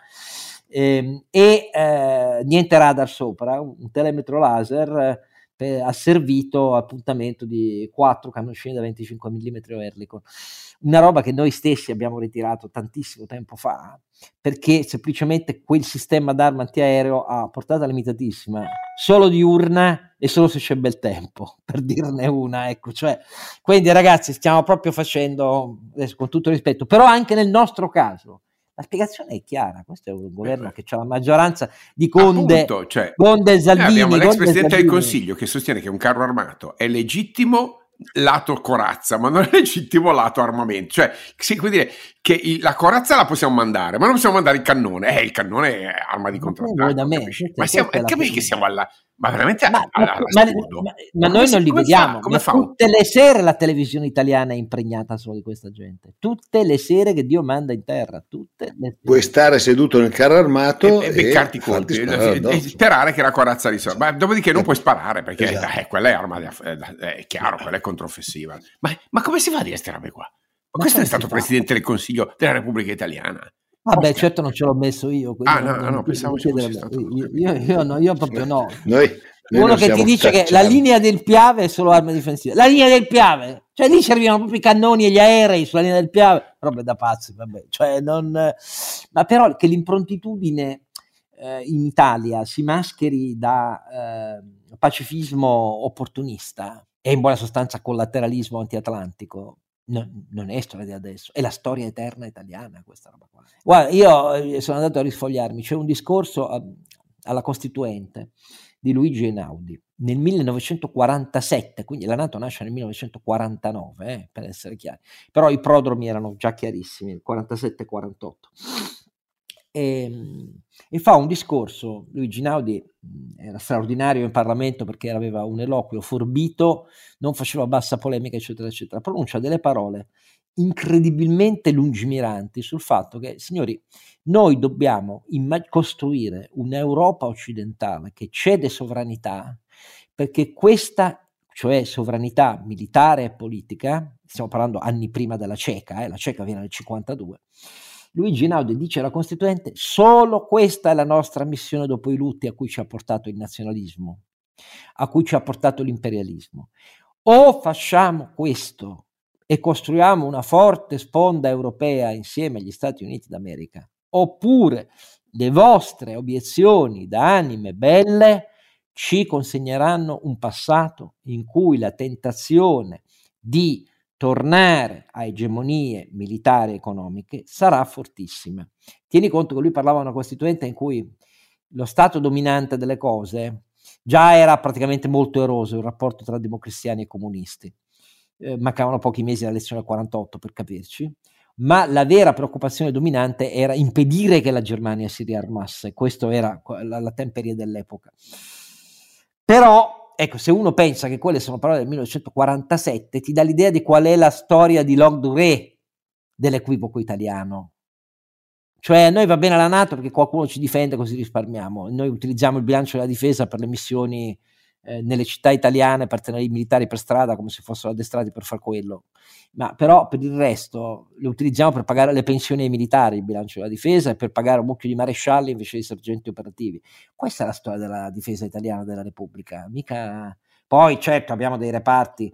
ehm, e eh, niente radar sopra, un telemetro laser eh, per, ha servito appuntamento di quattro cannoncini da venticinque millimetri Oerlikon, una roba che noi stessi abbiamo ritirato tantissimo tempo fa, perché semplicemente quel sistema d'arma antiaereo ha portata limitatissima, solo diurna e solo se c'è bel tempo, per dirne una, ecco, cioè, quindi ragazzi stiamo proprio facendo, adesso con tutto rispetto, però anche nel nostro caso la spiegazione è chiara, questo è un governo eh, che ha la maggioranza di Conde, appunto, cioè, Conde Salvini. Abbiamo l'ex Conde Presidente Salvini. del Consiglio che sostiene che un carro armato è legittimo lato corazza, ma non è legittimo lato armamento, cioè si può dire che il, la corazza la possiamo mandare, ma non possiamo mandare il cannone, eh, il cannone è arma di contrattacco, da me, ma siamo, capisci che siamo alla, ma veramente ma, alla, alla ma, ma, ma noi non li vediamo, fa, come ma fa? Tutte le sere la televisione italiana è impregnata solo di questa gente, tutte le sere che Dio manda in terra, tutte le sere. Puoi stare seduto nel carro armato e, e beccarti i colpi e, e sperare che la corazza risolva, ma dopodiché non puoi sparare perché esatto. eh, quella è arma di, è, è chiaro, quella è controffensiva, ma, ma come si fa a dire queste robe qua? Ma, ma questo è stato Presidente del Consiglio della Repubblica Italiana. Vabbè, okay. Certo non ce l'ho messo io. Ah no, no, no pensavo ci fosse stato. Io, io, io, no, io proprio no. Noi, noi Uno che ti dice cacciati. Che la linea del Piave è solo arma difensiva. La linea del Piave! Cioè lì servivano proprio i cannoni e gli aerei sulla linea del Piave. Robe da pazzi, vabbè. Cioè non... Ma però che l'improntitudine eh, in Italia si mascheri da eh, pacifismo opportunista e in buona sostanza collateralismo antiatlantico, No, non è storia di adesso, è la storia eterna italiana questa roba qua. Guarda, io sono andato a risfogliarmi, c'è un discorso a, alla Costituente di Luigi Einaudi nel millenovecentoquarantasette, quindi la NATO nasce nel millenovecentoquarantanove, eh, per essere chiari, però i prodromi erano già chiarissimi, quarantasette quarantotto. E, e fa un discorso, Luigi Einaudi era straordinario in Parlamento perché aveva un eloquio forbito, non faceva bassa polemica eccetera eccetera, pronuncia delle parole incredibilmente lungimiranti sul fatto che, signori, noi dobbiamo immag- costruire un'Europa occidentale che cede sovranità, perché questa, cioè sovranità militare e politica, stiamo parlando anni prima della CECA, eh, la CECA viene nel cinquantadue, Luigi Einaudi dice alla Costituente: solo questa è la nostra missione dopo i lutti a cui ci ha portato il nazionalismo, a cui ci ha portato l'imperialismo. O facciamo questo e costruiamo una forte sponda europea insieme agli Stati Uniti d'America, oppure le vostre obiezioni da anime belle ci consegneranno un passato in cui la tentazione di tornare a egemonie militari e economiche sarà fortissima. Tieni conto che lui parlava di una costituente in cui lo stato dominante delle cose già era praticamente molto eroso il rapporto tra democristiani e comunisti. Eh, mancavano pochi mesi alla elezione del quarantotto, per capirci, ma la vera preoccupazione dominante era impedire che la Germania si riarmasse. Questo era la, la temperie dell'epoca. Però, ecco, se uno pensa che quelle sono parole del millenovecentoquarantasette, ti dà l'idea di qual è la storia di longue durée dell'equivoco italiano. Cioè, a noi va bene la NATO perché qualcuno ci difende, così risparmiamo. Noi utilizziamo il bilancio della difesa per le missioni eh, nelle città italiane, per tenere i militari per strada come se fossero addestrati per far quello. Ma però per il resto lo utilizziamo per pagare le pensioni ai militari, il bilancio della difesa, e per pagare un mucchio di marescialli invece di sergenti operativi. Questa è la storia della difesa italiana della Repubblica. Mica... Poi certo abbiamo dei reparti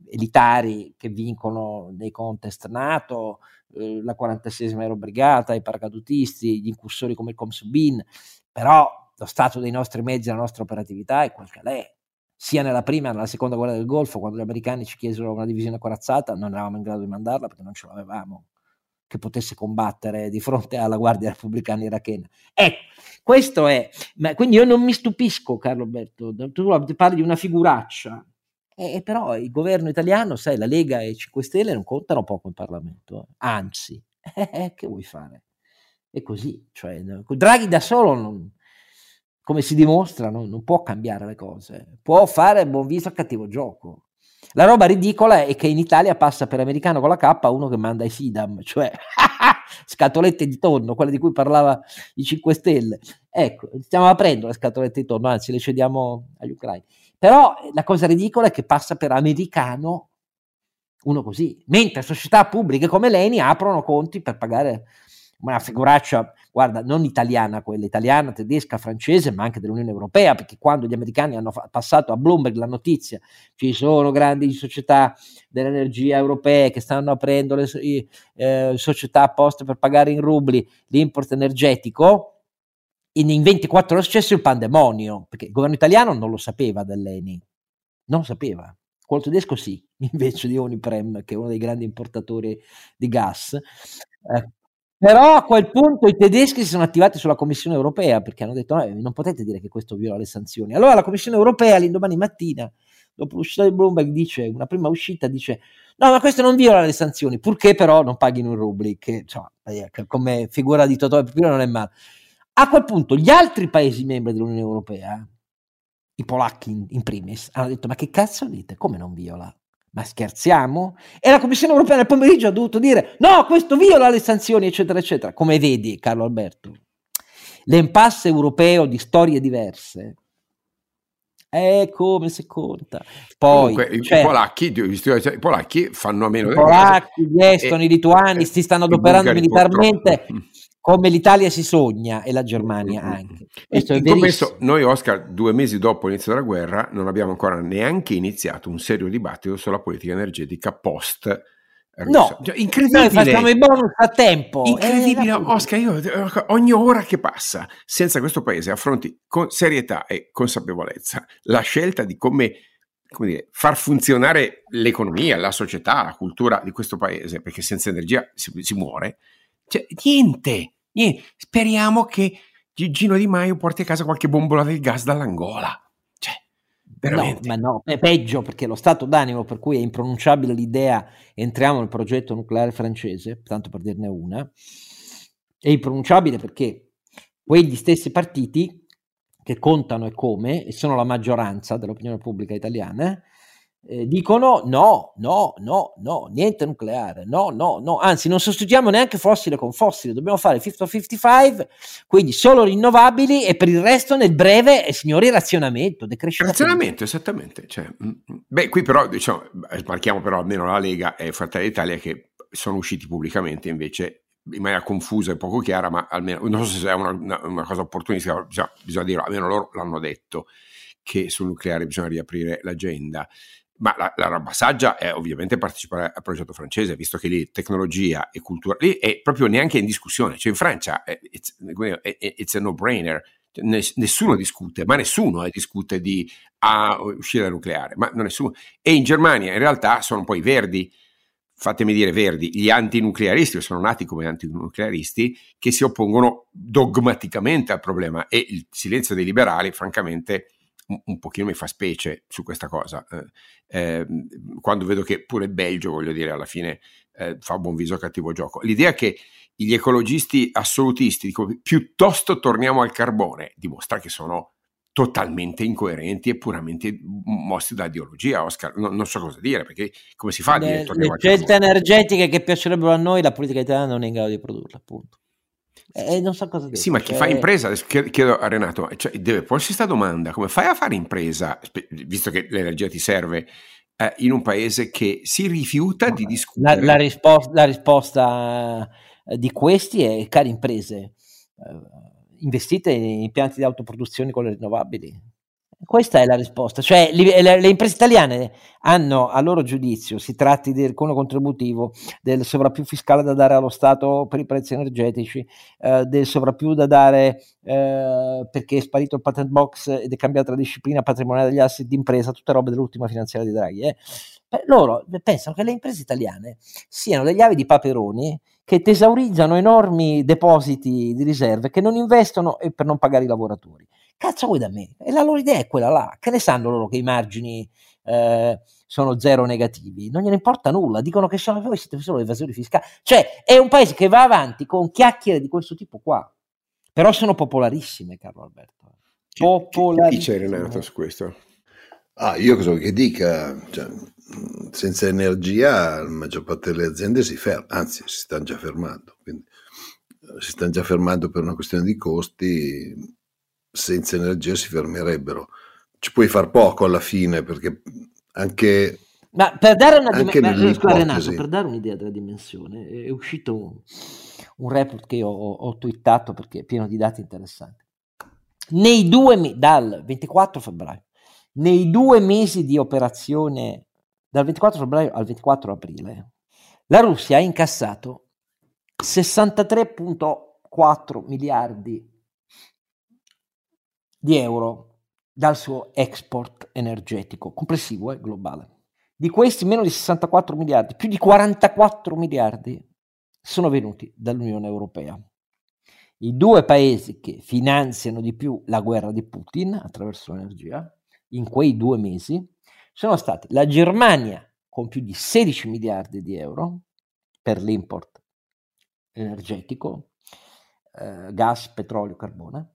elitari che vincono dei contest NATO, eh, la quarantaseiesima Aerobrigata, i paracadutisti, gli incursori come il Comsubin, però lo stato dei nostri mezzi e la nostra operatività è quel che è. Sia nella prima che nella seconda guerra del Golfo, quando gli americani ci chiesero una divisione corazzata, non eravamo in grado di mandarla perché non ce l'avevamo che potesse combattere di fronte alla Guardia Repubblicana Irachena. Ecco, questo è. Ma quindi io non mi stupisco, Carlo Alberto, tu parli di una figuraccia, e però il governo italiano, sai, la Lega e i cinque Stelle non contano poco in Parlamento, eh. Anzi, eh, che vuoi fare? È così, cioè, Draghi da solo non... come si dimostra, non, non può cambiare le cose, può fare buon viso a cattivo gioco. La roba ridicola è che in Italia passa per americano con la K uno che manda i Sidam, cioè scatolette di tonno, quelle di cui parlava i cinque Stelle. Ecco, stiamo aprendo le scatolette di tonno, anzi le cediamo agli ucraini. Però la cosa ridicola è che passa per americano uno così, mentre società pubbliche come l'Eni aprono conti per pagare una figuraccia, guarda, non italiana, quella italiana, tedesca, francese, ma anche dell'Unione Europea, perché quando gli americani hanno fa- passato a Bloomberg la notizia, ci sono grandi società dell'energia europee che stanno aprendo le eh, società apposta per pagare in rubli l'import energetico, in, in ventiquattro ore è successo il pandemonio, perché il governo italiano non lo sapeva dell'Eni, non lo sapeva. Quello tedesco sì, invece di Uniprem, che è uno dei grandi importatori di gas. Eh, Però a quel punto i tedeschi si sono attivati sulla Commissione Europea perché hanno detto: no, non potete dire che questo viola le sanzioni. Allora la Commissione Europea l'indomani mattina, dopo l'uscita di Bloomberg, dice, una prima uscita, dice: no, ma questo non viola le sanzioni, purché però non paghino in rubli, che insomma, come figura di Totò e Pipino non è male. A quel punto gli altri paesi membri dell'Unione Europea, i polacchi in, in primis, hanno detto: ma che cazzo dite? Come non viola? Ma scherziamo? E la Commissione Europea nel pomeriggio ha dovuto dire: no, questo viola le sanzioni, eccetera, eccetera. Come vedi, Carlo Alberto, l'impasse europeo di storie diverse è come se conta. Poi comunque cioè, i, polacchi, i polacchi fanno a meno i delle polacchi, cose, gli estoni, i lituani si stanno adoperando militarmente purtroppo come l'Italia si sogna, e la Germania anche. Questo in, è in compenso, noi, Oscar, due mesi dopo l'inizio della guerra, non abbiamo ancora neanche iniziato un serio dibattito sulla politica energetica post russa. No, cioè, incredibile. Noi facciamo i bonus a tempo. Incredibile, eh, Oscar, io ogni ora che passa senza questo paese affronti con serietà e consapevolezza la scelta di come, come dire, far funzionare l'economia, la società, la cultura di questo paese, perché senza energia si, si muore. Cioè, niente. Niente. Speriamo che Gigino Di Maio porti a casa qualche bombola del gas dall'Angola. Cioè, veramente. No, ma no, è peggio, perché lo stato d'animo per cui è impronunciabile l'idea entriamo nel progetto nucleare francese, tanto per dirne una, è impronunciabile perché quegli stessi partiti che contano e come, e sono la maggioranza dell'opinione pubblica italiana, Eh, dicono no, no, no, no, niente nucleare, no, no, no, anzi non sostituiamo neanche fossile con fossile, dobbiamo fare cinquanta cinquantacinque, quindi solo rinnovabili e per il resto nel breve, eh, signori, razionamento, decrescita. Razionamento, esattamente. Cioè, beh, qui però, diciamo, marchiamo però almeno la Lega e Fratelli d'Italia che sono usciti pubblicamente invece in maniera confusa e poco chiara, ma almeno, non so se è una, una, una cosa opportunistica, bisogna, bisogna dirlo, almeno loro l'hanno detto, che sul nucleare bisogna riaprire l'agenda. Ma la, la roba saggia è ovviamente partecipare al progetto francese, visto che lì tecnologia e cultura lì è proprio neanche in discussione. Cioè in Francia è, it's, it's a no-brainer, nessuno discute, ma nessuno eh, discute di ah, uscire dal nucleare, ma non nessuno. E in Germania in realtà sono poi i verdi, fatemi dire verdi, gli antinuclearisti, o sono nati come antinuclearisti, che si oppongono dogmaticamente al problema, e il silenzio dei liberali francamente un, un pochino mi fa specie su questa cosa, eh, eh, quando vedo che pure il Belgio, voglio dire, alla fine eh, fa buon viso cattivo gioco. L'idea che gli ecologisti assolutisti dicono piuttosto torniamo al carbone dimostra che sono totalmente incoerenti e puramente mossi da ideologia, Oscar. No, non so cosa dire, perché come si fa a dire le, le scelte energetiche che piacerebbero a noi, la politica italiana non è in grado di produrle, appunto. E non so cosa dire. Sì, ma chi cioè... fa impresa, chiedo a Renato, cioè, deve porsi questa domanda: come fai a fare impresa, visto che l'energia ti serve, eh, in un paese che si rifiuta di discutere? La, la, risposta, la risposta di questi è: cari imprese, eh, investite in impianti di autoproduzione con le rinnovabili. Questa è la risposta. Cioè le, le, le imprese italiane hanno, a loro giudizio, si tratti del cono contributivo, del sovrappiù fiscale da dare allo Stato per i prezzi energetici, eh, del sovrappiù da dare eh, perché è sparito il patent box ed è cambiata la disciplina patrimoniale degli asset d'impresa, tutte robe dell'ultima finanziaria di Draghi. Eh. Loro pensano che le imprese italiane siano degli avi di Paperoni che tesaurizzano enormi depositi di riserve, che non investono e per non pagare i lavoratori. Cazzo vuoi da me? E la loro idea è quella là. Che ne sanno loro che i margini eh, sono zero negativi? Non gliene importa nulla. Dicono che sono, voi siete solo evasori fiscali. Cioè è un paese che va avanti con chiacchiere di questo tipo qua. Però sono popolarissime, Carlo Alberto. Popolarissime. Che dice Renato su questo? Ah, io cosa vuoi che dica? Cioè, senza energia la maggior parte delle aziende si ferma, anzi si stanno già fermando. Quindi, si stanno già fermando per una questione di costi. Senza energia si fermerebbero. Ci puoi far poco alla fine, perché anche ma per dare una anche dim- scusa, Renato, per dare un'idea della dimensione è uscito un, un report che io ho, ho twittato perché è pieno di dati interessanti. Nei due dal ventiquattro febbraio, nei due mesi di operazione, dal ventiquattro febbraio al ventiquattro aprile, la Russia ha incassato sessantatré virgola quattro miliardi di euro dal suo export energetico complessivo e eh, globale. Di questi meno di sessantaquattro miliardi, più di quarantaquattro miliardi sono venuti dall'Unione Europea. I due paesi che finanziano di più la guerra di Putin attraverso l'energia in quei due mesi sono stati la Germania con più di sedici miliardi di euro per l'import energetico, eh, gas, petrolio, carbone,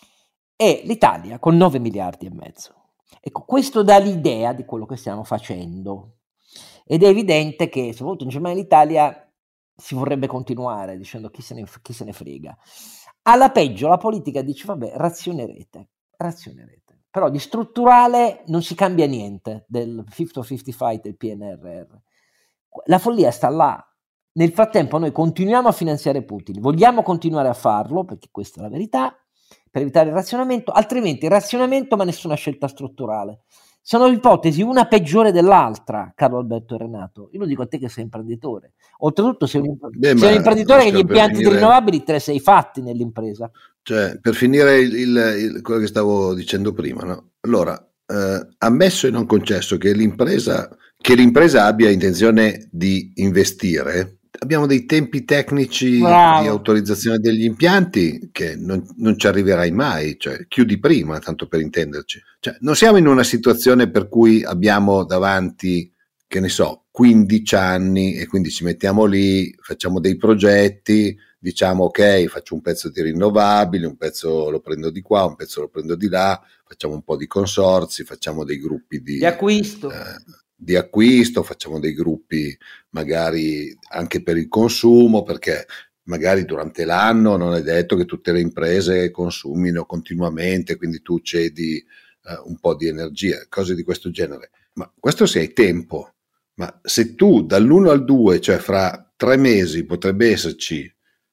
e l'Italia con nove miliardi e mezzo. Ecco, questo dà l'idea di quello che stiamo facendo, ed è evidente che soprattutto in Germania e l'Italia si vorrebbe continuare dicendo chi se ne, chi se ne frega. Alla peggio la politica dice vabbè, razionerete, razionerete, però di strutturale non si cambia niente del cinquanta cinquanta del P N R R. La follia sta là. Nel frattempo noi continuiamo a finanziare Putin, vogliamo continuare a farlo perché questa è la verità, per evitare il razionamento, altrimenti il razionamento ma nessuna scelta strutturale. Sono ipotesi una peggiore dell'altra, Carlo Alberto e Renato. Io lo dico a te che sei imprenditore. Oltretutto sei un, Beh, sei un imprenditore che gli impianti finire... rinnovabili te ne sei fatti nell'impresa. Cioè, per finire il, il, il, quello che stavo dicendo prima, no? Allora, eh, ammesso e non concesso che l'impresa, che l'impresa abbia intenzione di investire, abbiamo dei tempi tecnici Bravo. di autorizzazione degli impianti che non, non ci arriverai mai, cioè chiudi prima, tanto per intenderci. Cioè, non siamo in una situazione per cui abbiamo davanti, che ne so, quindici anni e quindi ci mettiamo lì, facciamo dei progetti, diciamo ok, faccio un pezzo di rinnovabili, un pezzo lo prendo di qua, un pezzo lo prendo di là, facciamo un po' di consorzi, facciamo dei gruppi di, di acquisto. Eh, di acquisto, facciamo dei gruppi magari anche per il consumo, perché magari durante l'anno non è detto che tutte le imprese consumino continuamente, quindi tu cedi eh, un po' di energia, cose di questo genere. Ma questo se hai tempo, ma se tu dall'uno al due, cioè fra tre mesi potrebbe esserci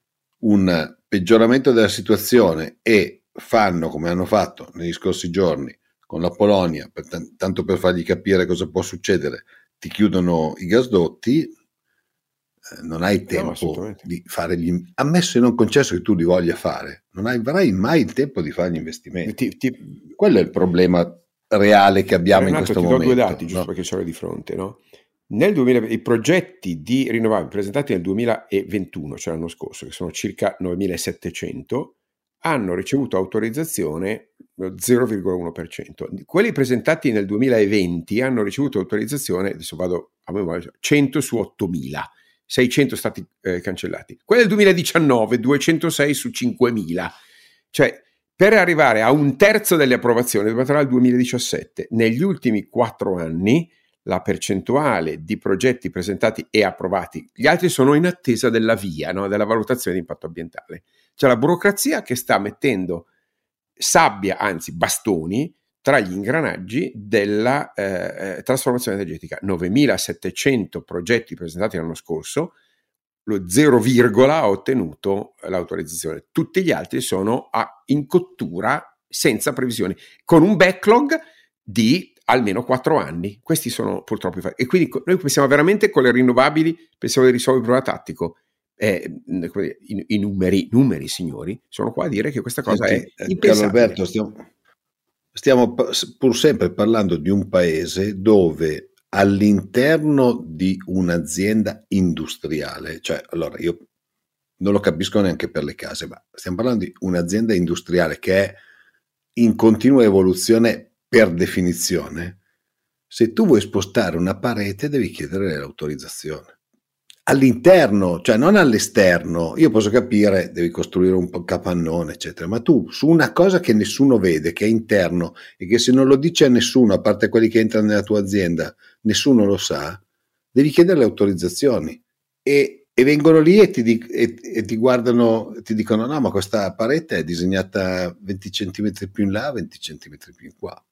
un peggioramento della situazione e fanno come hanno fatto negli scorsi giorni con la Polonia, per t- tanto per fargli capire cosa può succedere, ti chiudono i gasdotti, eh, non hai tempo No, di fare gli, ammesso e non concesso che tu li voglia fare, non avrai mai il tempo di fare gli investimenti. Ti, ti, Quello è il problema reale che abbiamo Renato, in questo ti momento. Do due dati, giusto no? perché ce l'ho di fronte, no? Nel duemila, i progetti di rinnovabili presentati nel duemilaventuno, cioè l'anno scorso, che sono circa novemilasettecento, hanno ricevuto autorizzazione zero virgola uno per cento. Quelli presentati nel duemilaventi hanno ricevuto autorizzazione, adesso vado a memoria, cento su ottomila, seicento stati eh, cancellati. Quelli del duemiladiciannove, duecentosei su cinquemila. Cioè, per arrivare a un terzo delle approvazioni, dove sarà il duemiladiciassette, negli ultimi quattro anni la percentuale di progetti presentati e approvati, gli altri sono in attesa della via, no? Della valutazione di impatto ambientale. C'è la burocrazia che sta mettendo sabbia, anzi bastoni, tra gli ingranaggi della eh, trasformazione energetica. novemilasettecento progetti presentati l'anno scorso, lo zero, ha ottenuto l'autorizzazione. Tutti gli altri sono a, in cottura senza previsioni, con un backlog di almeno quattro anni. Questi sono purtroppo i fatti. E quindi noi pensiamo veramente con le rinnovabili, pensiamo di risolvere il problema tattico. Eh, i, i numeri, numeri, signori, sono qua a dire che questa cosa Senti, è impensabile. Carlo Alberto, stiamo, stiamo pur sempre parlando di un paese dove all'interno di un'azienda industriale, cioè allora io non lo capisco neanche per le case, ma stiamo parlando di un'azienda industriale che è in continua evoluzione per definizione. Se tu vuoi spostare una parete devi chiedere l'autorizzazione all'interno, cioè non all'esterno. Io posso capire, devi costruire un po' capannone eccetera, ma tu su una cosa che nessuno vede, che è interno e che se non lo dice a nessuno, a parte quelli che entrano nella tua azienda, nessuno lo sa, devi chiedere le autorizzazioni e, e vengono lì e ti, di, e, e ti guardano, ti dicono no, ma questa parete è disegnata venti centimetri più in là, venti centimetri più in qua.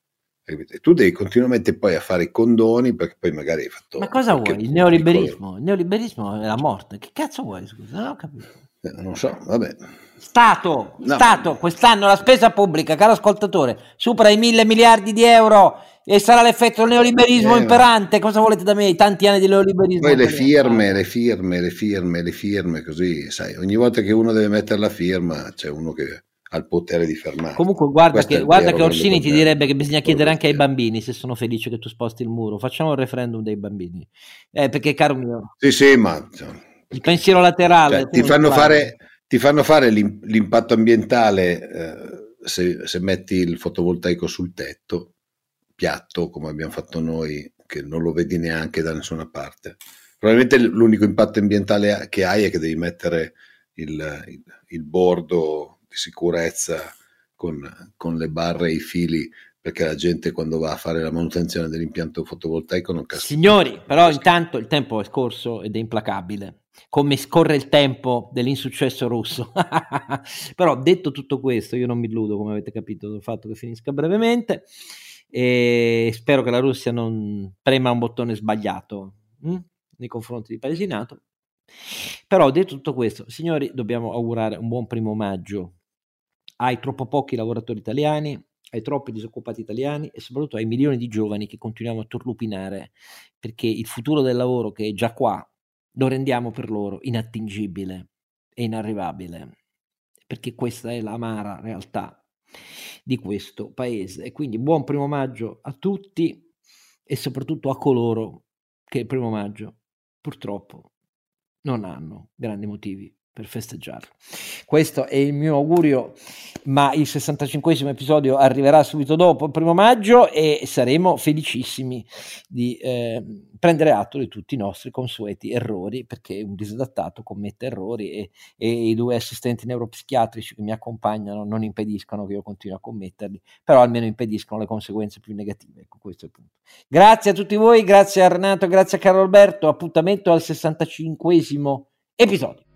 E tu devi continuamente poi a fare i condoni perché poi magari hai fatto. Ma cosa vuoi? Il neoliberismo? Il neoliberismo è la morte. Che cazzo vuoi? Scusa, non ho capito. Eh, non so, vabbè. Stato, no. Stato, quest'anno la spesa pubblica, caro ascoltatore, supera i mille miliardi di euro e sarà l'effetto del neoliberismo eh, imperante. Cosa volete da me? Tanti anni di neoliberismo. Poi le firme, le firme, le firme, le firme, così, sai, ogni volta che uno deve mettere la firma c'è uno che al potere di fermare. Comunque guarda Questo che, guarda che Orsini ti direbbe che bisogna chiedere anche ai bambini se sono felici che tu sposti il muro. Facciamo il referendum dei bambini, eh, perché caro mio sì sì ma il pensiero laterale cioè, ti fanno fare ti fanno fare l'impatto ambientale eh, se, se metti il fotovoltaico sul tetto piatto come abbiamo fatto noi, che non lo vedi neanche da nessuna parte. Probabilmente l'unico impatto ambientale che hai è che devi mettere il, il, il bordo di sicurezza con, con le barre e i fili, perché la gente quando va a fare la manutenzione dell'impianto fotovoltaico non casca. Signori, però intanto il tempo è scorso ed è implacabile, come scorre il tempo dell'insuccesso russo. Però detto tutto questo, io non mi illudo, come avete capito, del fatto che finisca brevemente e spero che la Russia non prema un bottone sbagliato hm? nei confronti di paesi NATO. Però detto tutto questo, signori, dobbiamo augurare un buon primo maggio ai troppo pochi lavoratori italiani, ai troppi disoccupati italiani e soprattutto ai milioni di giovani che continuiamo a turlupinare, perché il futuro del lavoro che è già qua lo rendiamo per loro inattingibile e inarrivabile, perché questa è l'amara realtà di questo paese. E quindi buon primo maggio a tutti e soprattutto a coloro che il primo maggio purtroppo non hanno grandi motivi per festeggiarlo. Questo è il mio augurio, ma il sessantacinquesimo episodio arriverà subito dopo il primo maggio e saremo felicissimi di eh, prendere atto di tutti i nostri consueti errori, perché un disadattato commette errori e, e i due assistenti neuropsichiatrici che mi accompagnano non impediscono che io continui a commetterli, però almeno impediscono le conseguenze più negative. Ecco, questo è il punto. Grazie a tutti voi, grazie a Renato, grazie a Carlo Alberto, appuntamento al sessantacinquesimo episodio.